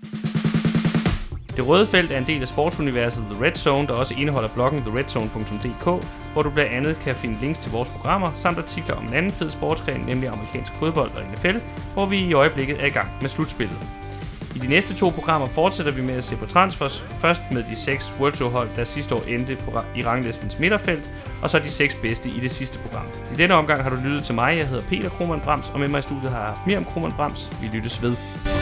Det røde felt er en del af sportsuniverset The Red Zone, der også indeholder bloggen the red zone punktum d k, hvor du blandt andet kan finde links til vores programmer, samt artikler om en anden fed sportsgren, nemlig amerikansk fodbold og N F L, hvor vi i øjeblikket er i gang med slutspillet. I de næste to programmer fortsætter vi med at se på transfers, først med de seks World Tour hold, der sidste år endte på, i ranglistens midterfelt, og så de seks bedste i det sidste program. I denne omgang har du lyttet til mig, jeg hedder Peter Krohmann Brams, og med mig i studiet har jeg haft Miriam Krohmann Brams. Vi lyttes ved.